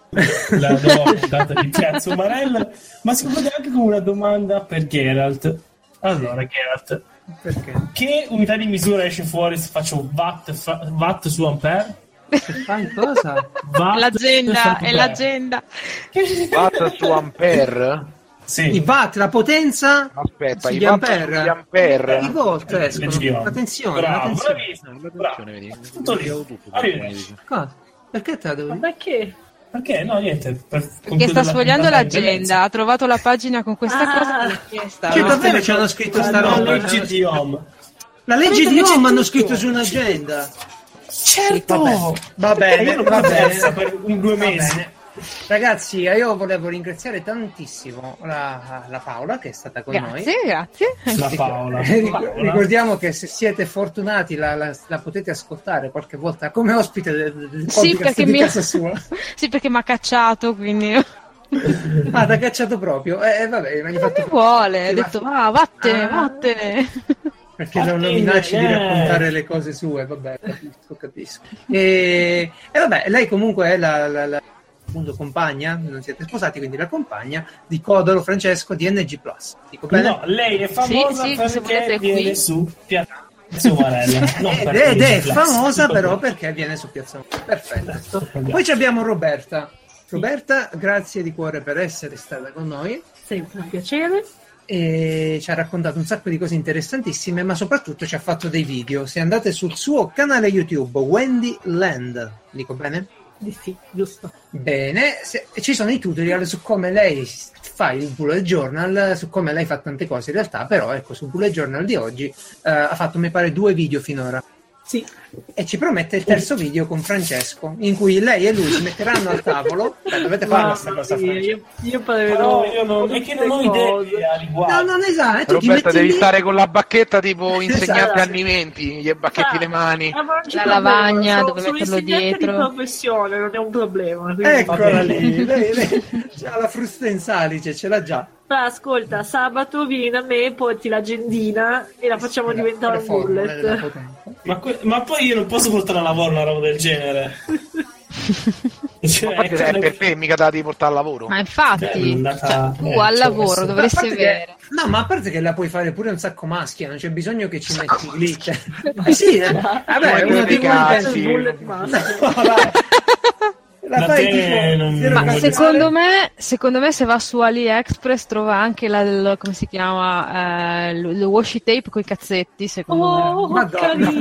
la domanda di Piazza Umarella, ma si conclude anche con una domanda per Geralt. Allora, Geralt, perché? Che unità di misura esce fuori se faccio watt su ampere? Fai cosa? L'agenda, è l'agenda. Watt su ampere? Sì. I watt, la potenza? Aspetta, gli ampere. Ampere. I volt escono. Attenzione, Bravo. Tutto lì. Cosa? Perché te la devo dire? Perché? No, niente. Perché sta sfogliando l'agenda, ha trovato la pagina con questa cosa. Che davvero ci hanno scritto sta roba? La legge di Home. La legge di Home hanno scritto su un'agenda. Certo! Va bene. Per 2 mesi. Ragazzi, io volevo ringraziare tantissimo la Paola che è stata con noi. Grazie. La Paola. Ricordiamo che se siete fortunati la potete ascoltare qualche volta come ospite del podcast di casa sua. Sì, perché mi ha cacciato, quindi. T'ha cacciato proprio. Vabbè, ma mi vuole, ha detto vattene. Perché non minacci di raccontare le cose sue, vabbè, capisco. E vabbè, lei comunque è la appunto compagna, non siete sposati, quindi la compagna di Codolo Francesco di NG+. Dico bene? No, lei è famosa perché viene su Piazza Umarella. Ed è famosa però perché viene su Piazza Umarella. Perfetto. Poi abbiamo Roberta. Roberta, grazie di cuore per essere stata con noi. Sempre un piacere. E ci ha raccontato un sacco di cose interessantissime, ma soprattutto ci ha fatto dei video. Se andate sul suo canale YouTube, Wendy Land, dico bene? Sì, giusto. Bene, ci sono i tutorial su come lei fa il bullet journal, su come lei fa tante cose in realtà, però ecco, sul bullet journal di oggi ha fatto, mi pare, 2 video finora. Sì. E ci promette il terzo video con Francesco, in cui lei e lui si metteranno al tavolo. Dovete farla questa cosa, Francesco. Io non ho idea riguardo. No, non esatto. Roberta, devi stare con la bacchetta tipo insegnante anni, gli bacchetti le mani. La lavagna dove metterlo dietro. Di professione, non è un problema. Eccola lì, lei ha la frusta in salice, ce l'ha già. Ascolta, sabato vieni da me, porti l'agendina e la facciamo diventare un bullet. Ma poi io non posso portare a lavoro una roba del genere. Per te mica te la devi portare al lavoro. Ma infatti, tu al lavoro dovresti avere. No, ma a parte che la puoi fare pure un sacco maschia, non c'è bisogno che ci metti glitter. Sì, vabbè, uno di cazzi. La fai tipo, ma secondo me se va su AliExpress trova anche come si chiama, lo washi tape con i cazzetti, secondo me. Madonna.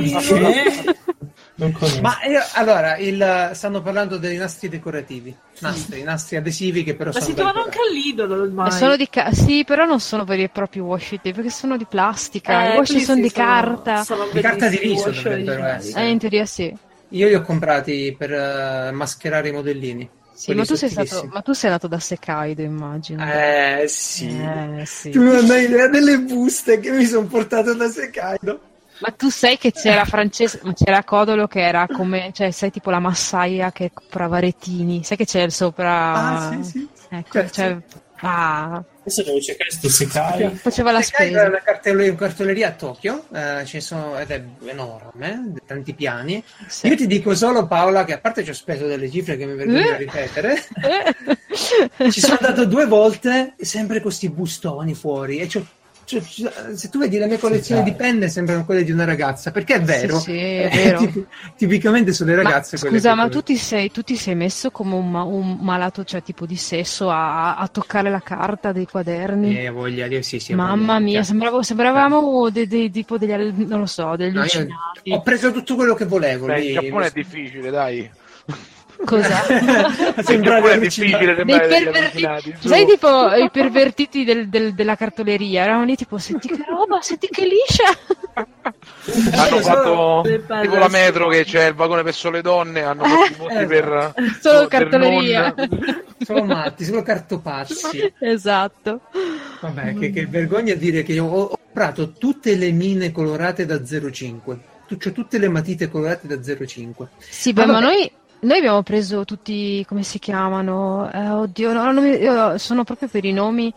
Ma allora, stanno parlando dei nastri decorativi, nastri adesivi che però ma sono si trovano anche all'Idol ormai. Sono sì, però non sono veri e propri washi tape, perché sono di plastica, i washi sono di carta. Di carta di riso dovrebbero essere. In teoria sì. Io li ho comprati per mascherare i modellini. Sì, ma tu sei andato da Sekaido, immagino. Sì. Tu non hai idea delle buste che mi sono portato da Sekaido. Ma tu sai che c'era c'era Codolo che era come, cioè sai tipo la massaia che comprava retini, sai che c'è sopra. Sì. Ecco, adesso devo cercare sto Sekai. Faceva la spesa. È una cartoleria a Tokyo, ed è enorme, tanti piani. Sì. Io ti dico solo, Paola, che a parte ci ho speso delle cifre che mi vergogno a ripetere, ci sono andato 2 volte, sempre con sti bustoni fuori, e se tu vedi la mia collezione di penne sembrano quelle di una ragazza, perché è vero, sì, è vero. Tipicamente sulle ragazze. Scusa, ma tu ti sei messo come un malato, cioè tipo di sesso a toccare la carta dei quaderni? Voglia di sì. Mamma mia, sembravamo tipo degli, non lo so, degli allucinati. Ho preso tutto quello che volevo. Il Giappone è difficile, dai. Cosa? Sembrava difficile sembrare sai tipo i pervertiti della cartoleria eravamo lì tipo senti che roba, senti che liscia. Hanno fatto tipo la metro che c'è il vagone per sole donne, hanno fatto per solo cartoleria, solo matti, solo cartopazzi. Esatto. Vabbè, che vergogna dire che io ho comprato tutte le mine colorate da 0,5, cioè tutte le matite colorate da 0,5. Sì, beh, ma noi abbiamo preso tutti, come si chiamano? Oddio, no, io sono proprio per i nomi.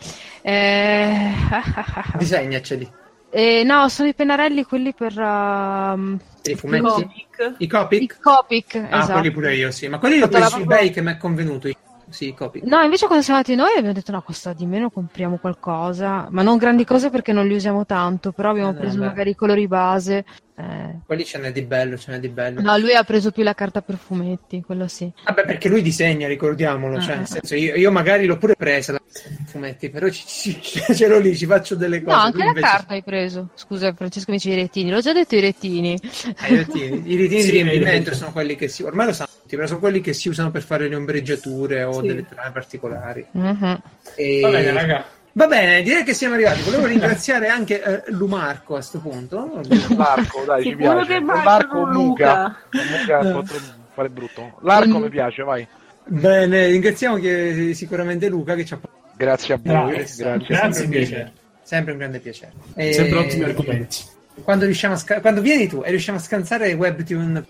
Disegnaceli. No, sono i pennarelli, quelli per i fumetti? I Copic? Esatto. Quelli pure io, sì. Ma quelli li ho presi su eBay che mi è convenuto. Sì, Copic. No, invece quando siamo andati noi abbiamo detto no, costa di meno, compriamo qualcosa. Ma non grandi cose perché non li usiamo tanto, però abbiamo preso magari i colori base. Quelli ce n'è di bello. No, lui ha preso più la carta per fumetti, quello sì. Vabbè, perché lui disegna, ricordiamolo, cioè nel senso io magari l'ho pure presa da fumetti, però ce l'ho lì, ci faccio delle cose. No, anche la carta hai preso. Scusa, Francesco mi dice i retini, l'ho già detto i retini. I retini di riempimento sono quelli che ormai lo sanno tutti, però sono quelli che si usano per fare le ombreggiature o delle trame particolari. Va bene, raga. Va bene, direi che siamo arrivati. Volevo ringraziare anche Lumarco a sto punto. L'arco, dai, ci piace. L'arco o Luca. Luca fare brutto. L'arco mi piace, vai. Bene, ringraziamo sicuramente Luca che ci ha... Grazie a voi. Grazie, piacere. Sempre un grande piacere. Sempre ottimi argomenti. Quando vieni tu e riusciamo a scansare Webtoon.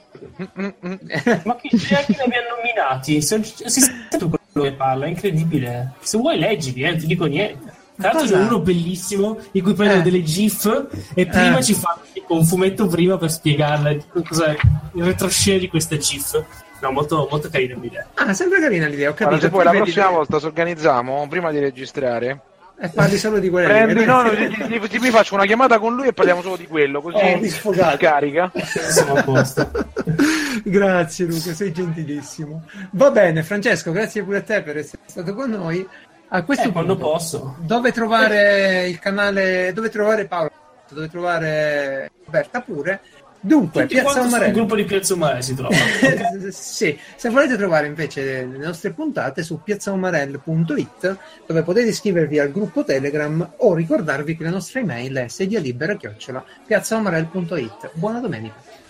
Ma che neanche ne abbiamo nominati. Si sente quello che parla, è incredibile. Se vuoi leggili, non ti dico niente. Tra l'altro c'è uno bellissimo in cui prendono delle gif e prima ci fanno tipo un fumetto prima per spiegarle cos'è il retroscena di queste gif. No, molto, molto carina l'idea. Sempre carina l'idea, ho capito. Se poi la prossima volta ci organizziamo prima di registrare e parli solo di quello. Ti faccio una chiamata con lui e parliamo solo di quello, così mi carica. Siamo a posto. Grazie Luca, sei gentilissimo. Va bene, Francesco, grazie pure a te per essere stato con noi. A questo punto, quando posso. Dove trovare il canale, dove trovare Paolo, dove trovare Roberta pure. Dunque, Piazza Umarell. Il gruppo di Piazza Umarell si trova. Sì, se volete trovare invece le nostre puntate su piazzaumarell.it, dove potete iscrivervi al gruppo Telegram o ricordarvi che la nostra email è sedialibera@piazzaumarell.it. Buona domenica.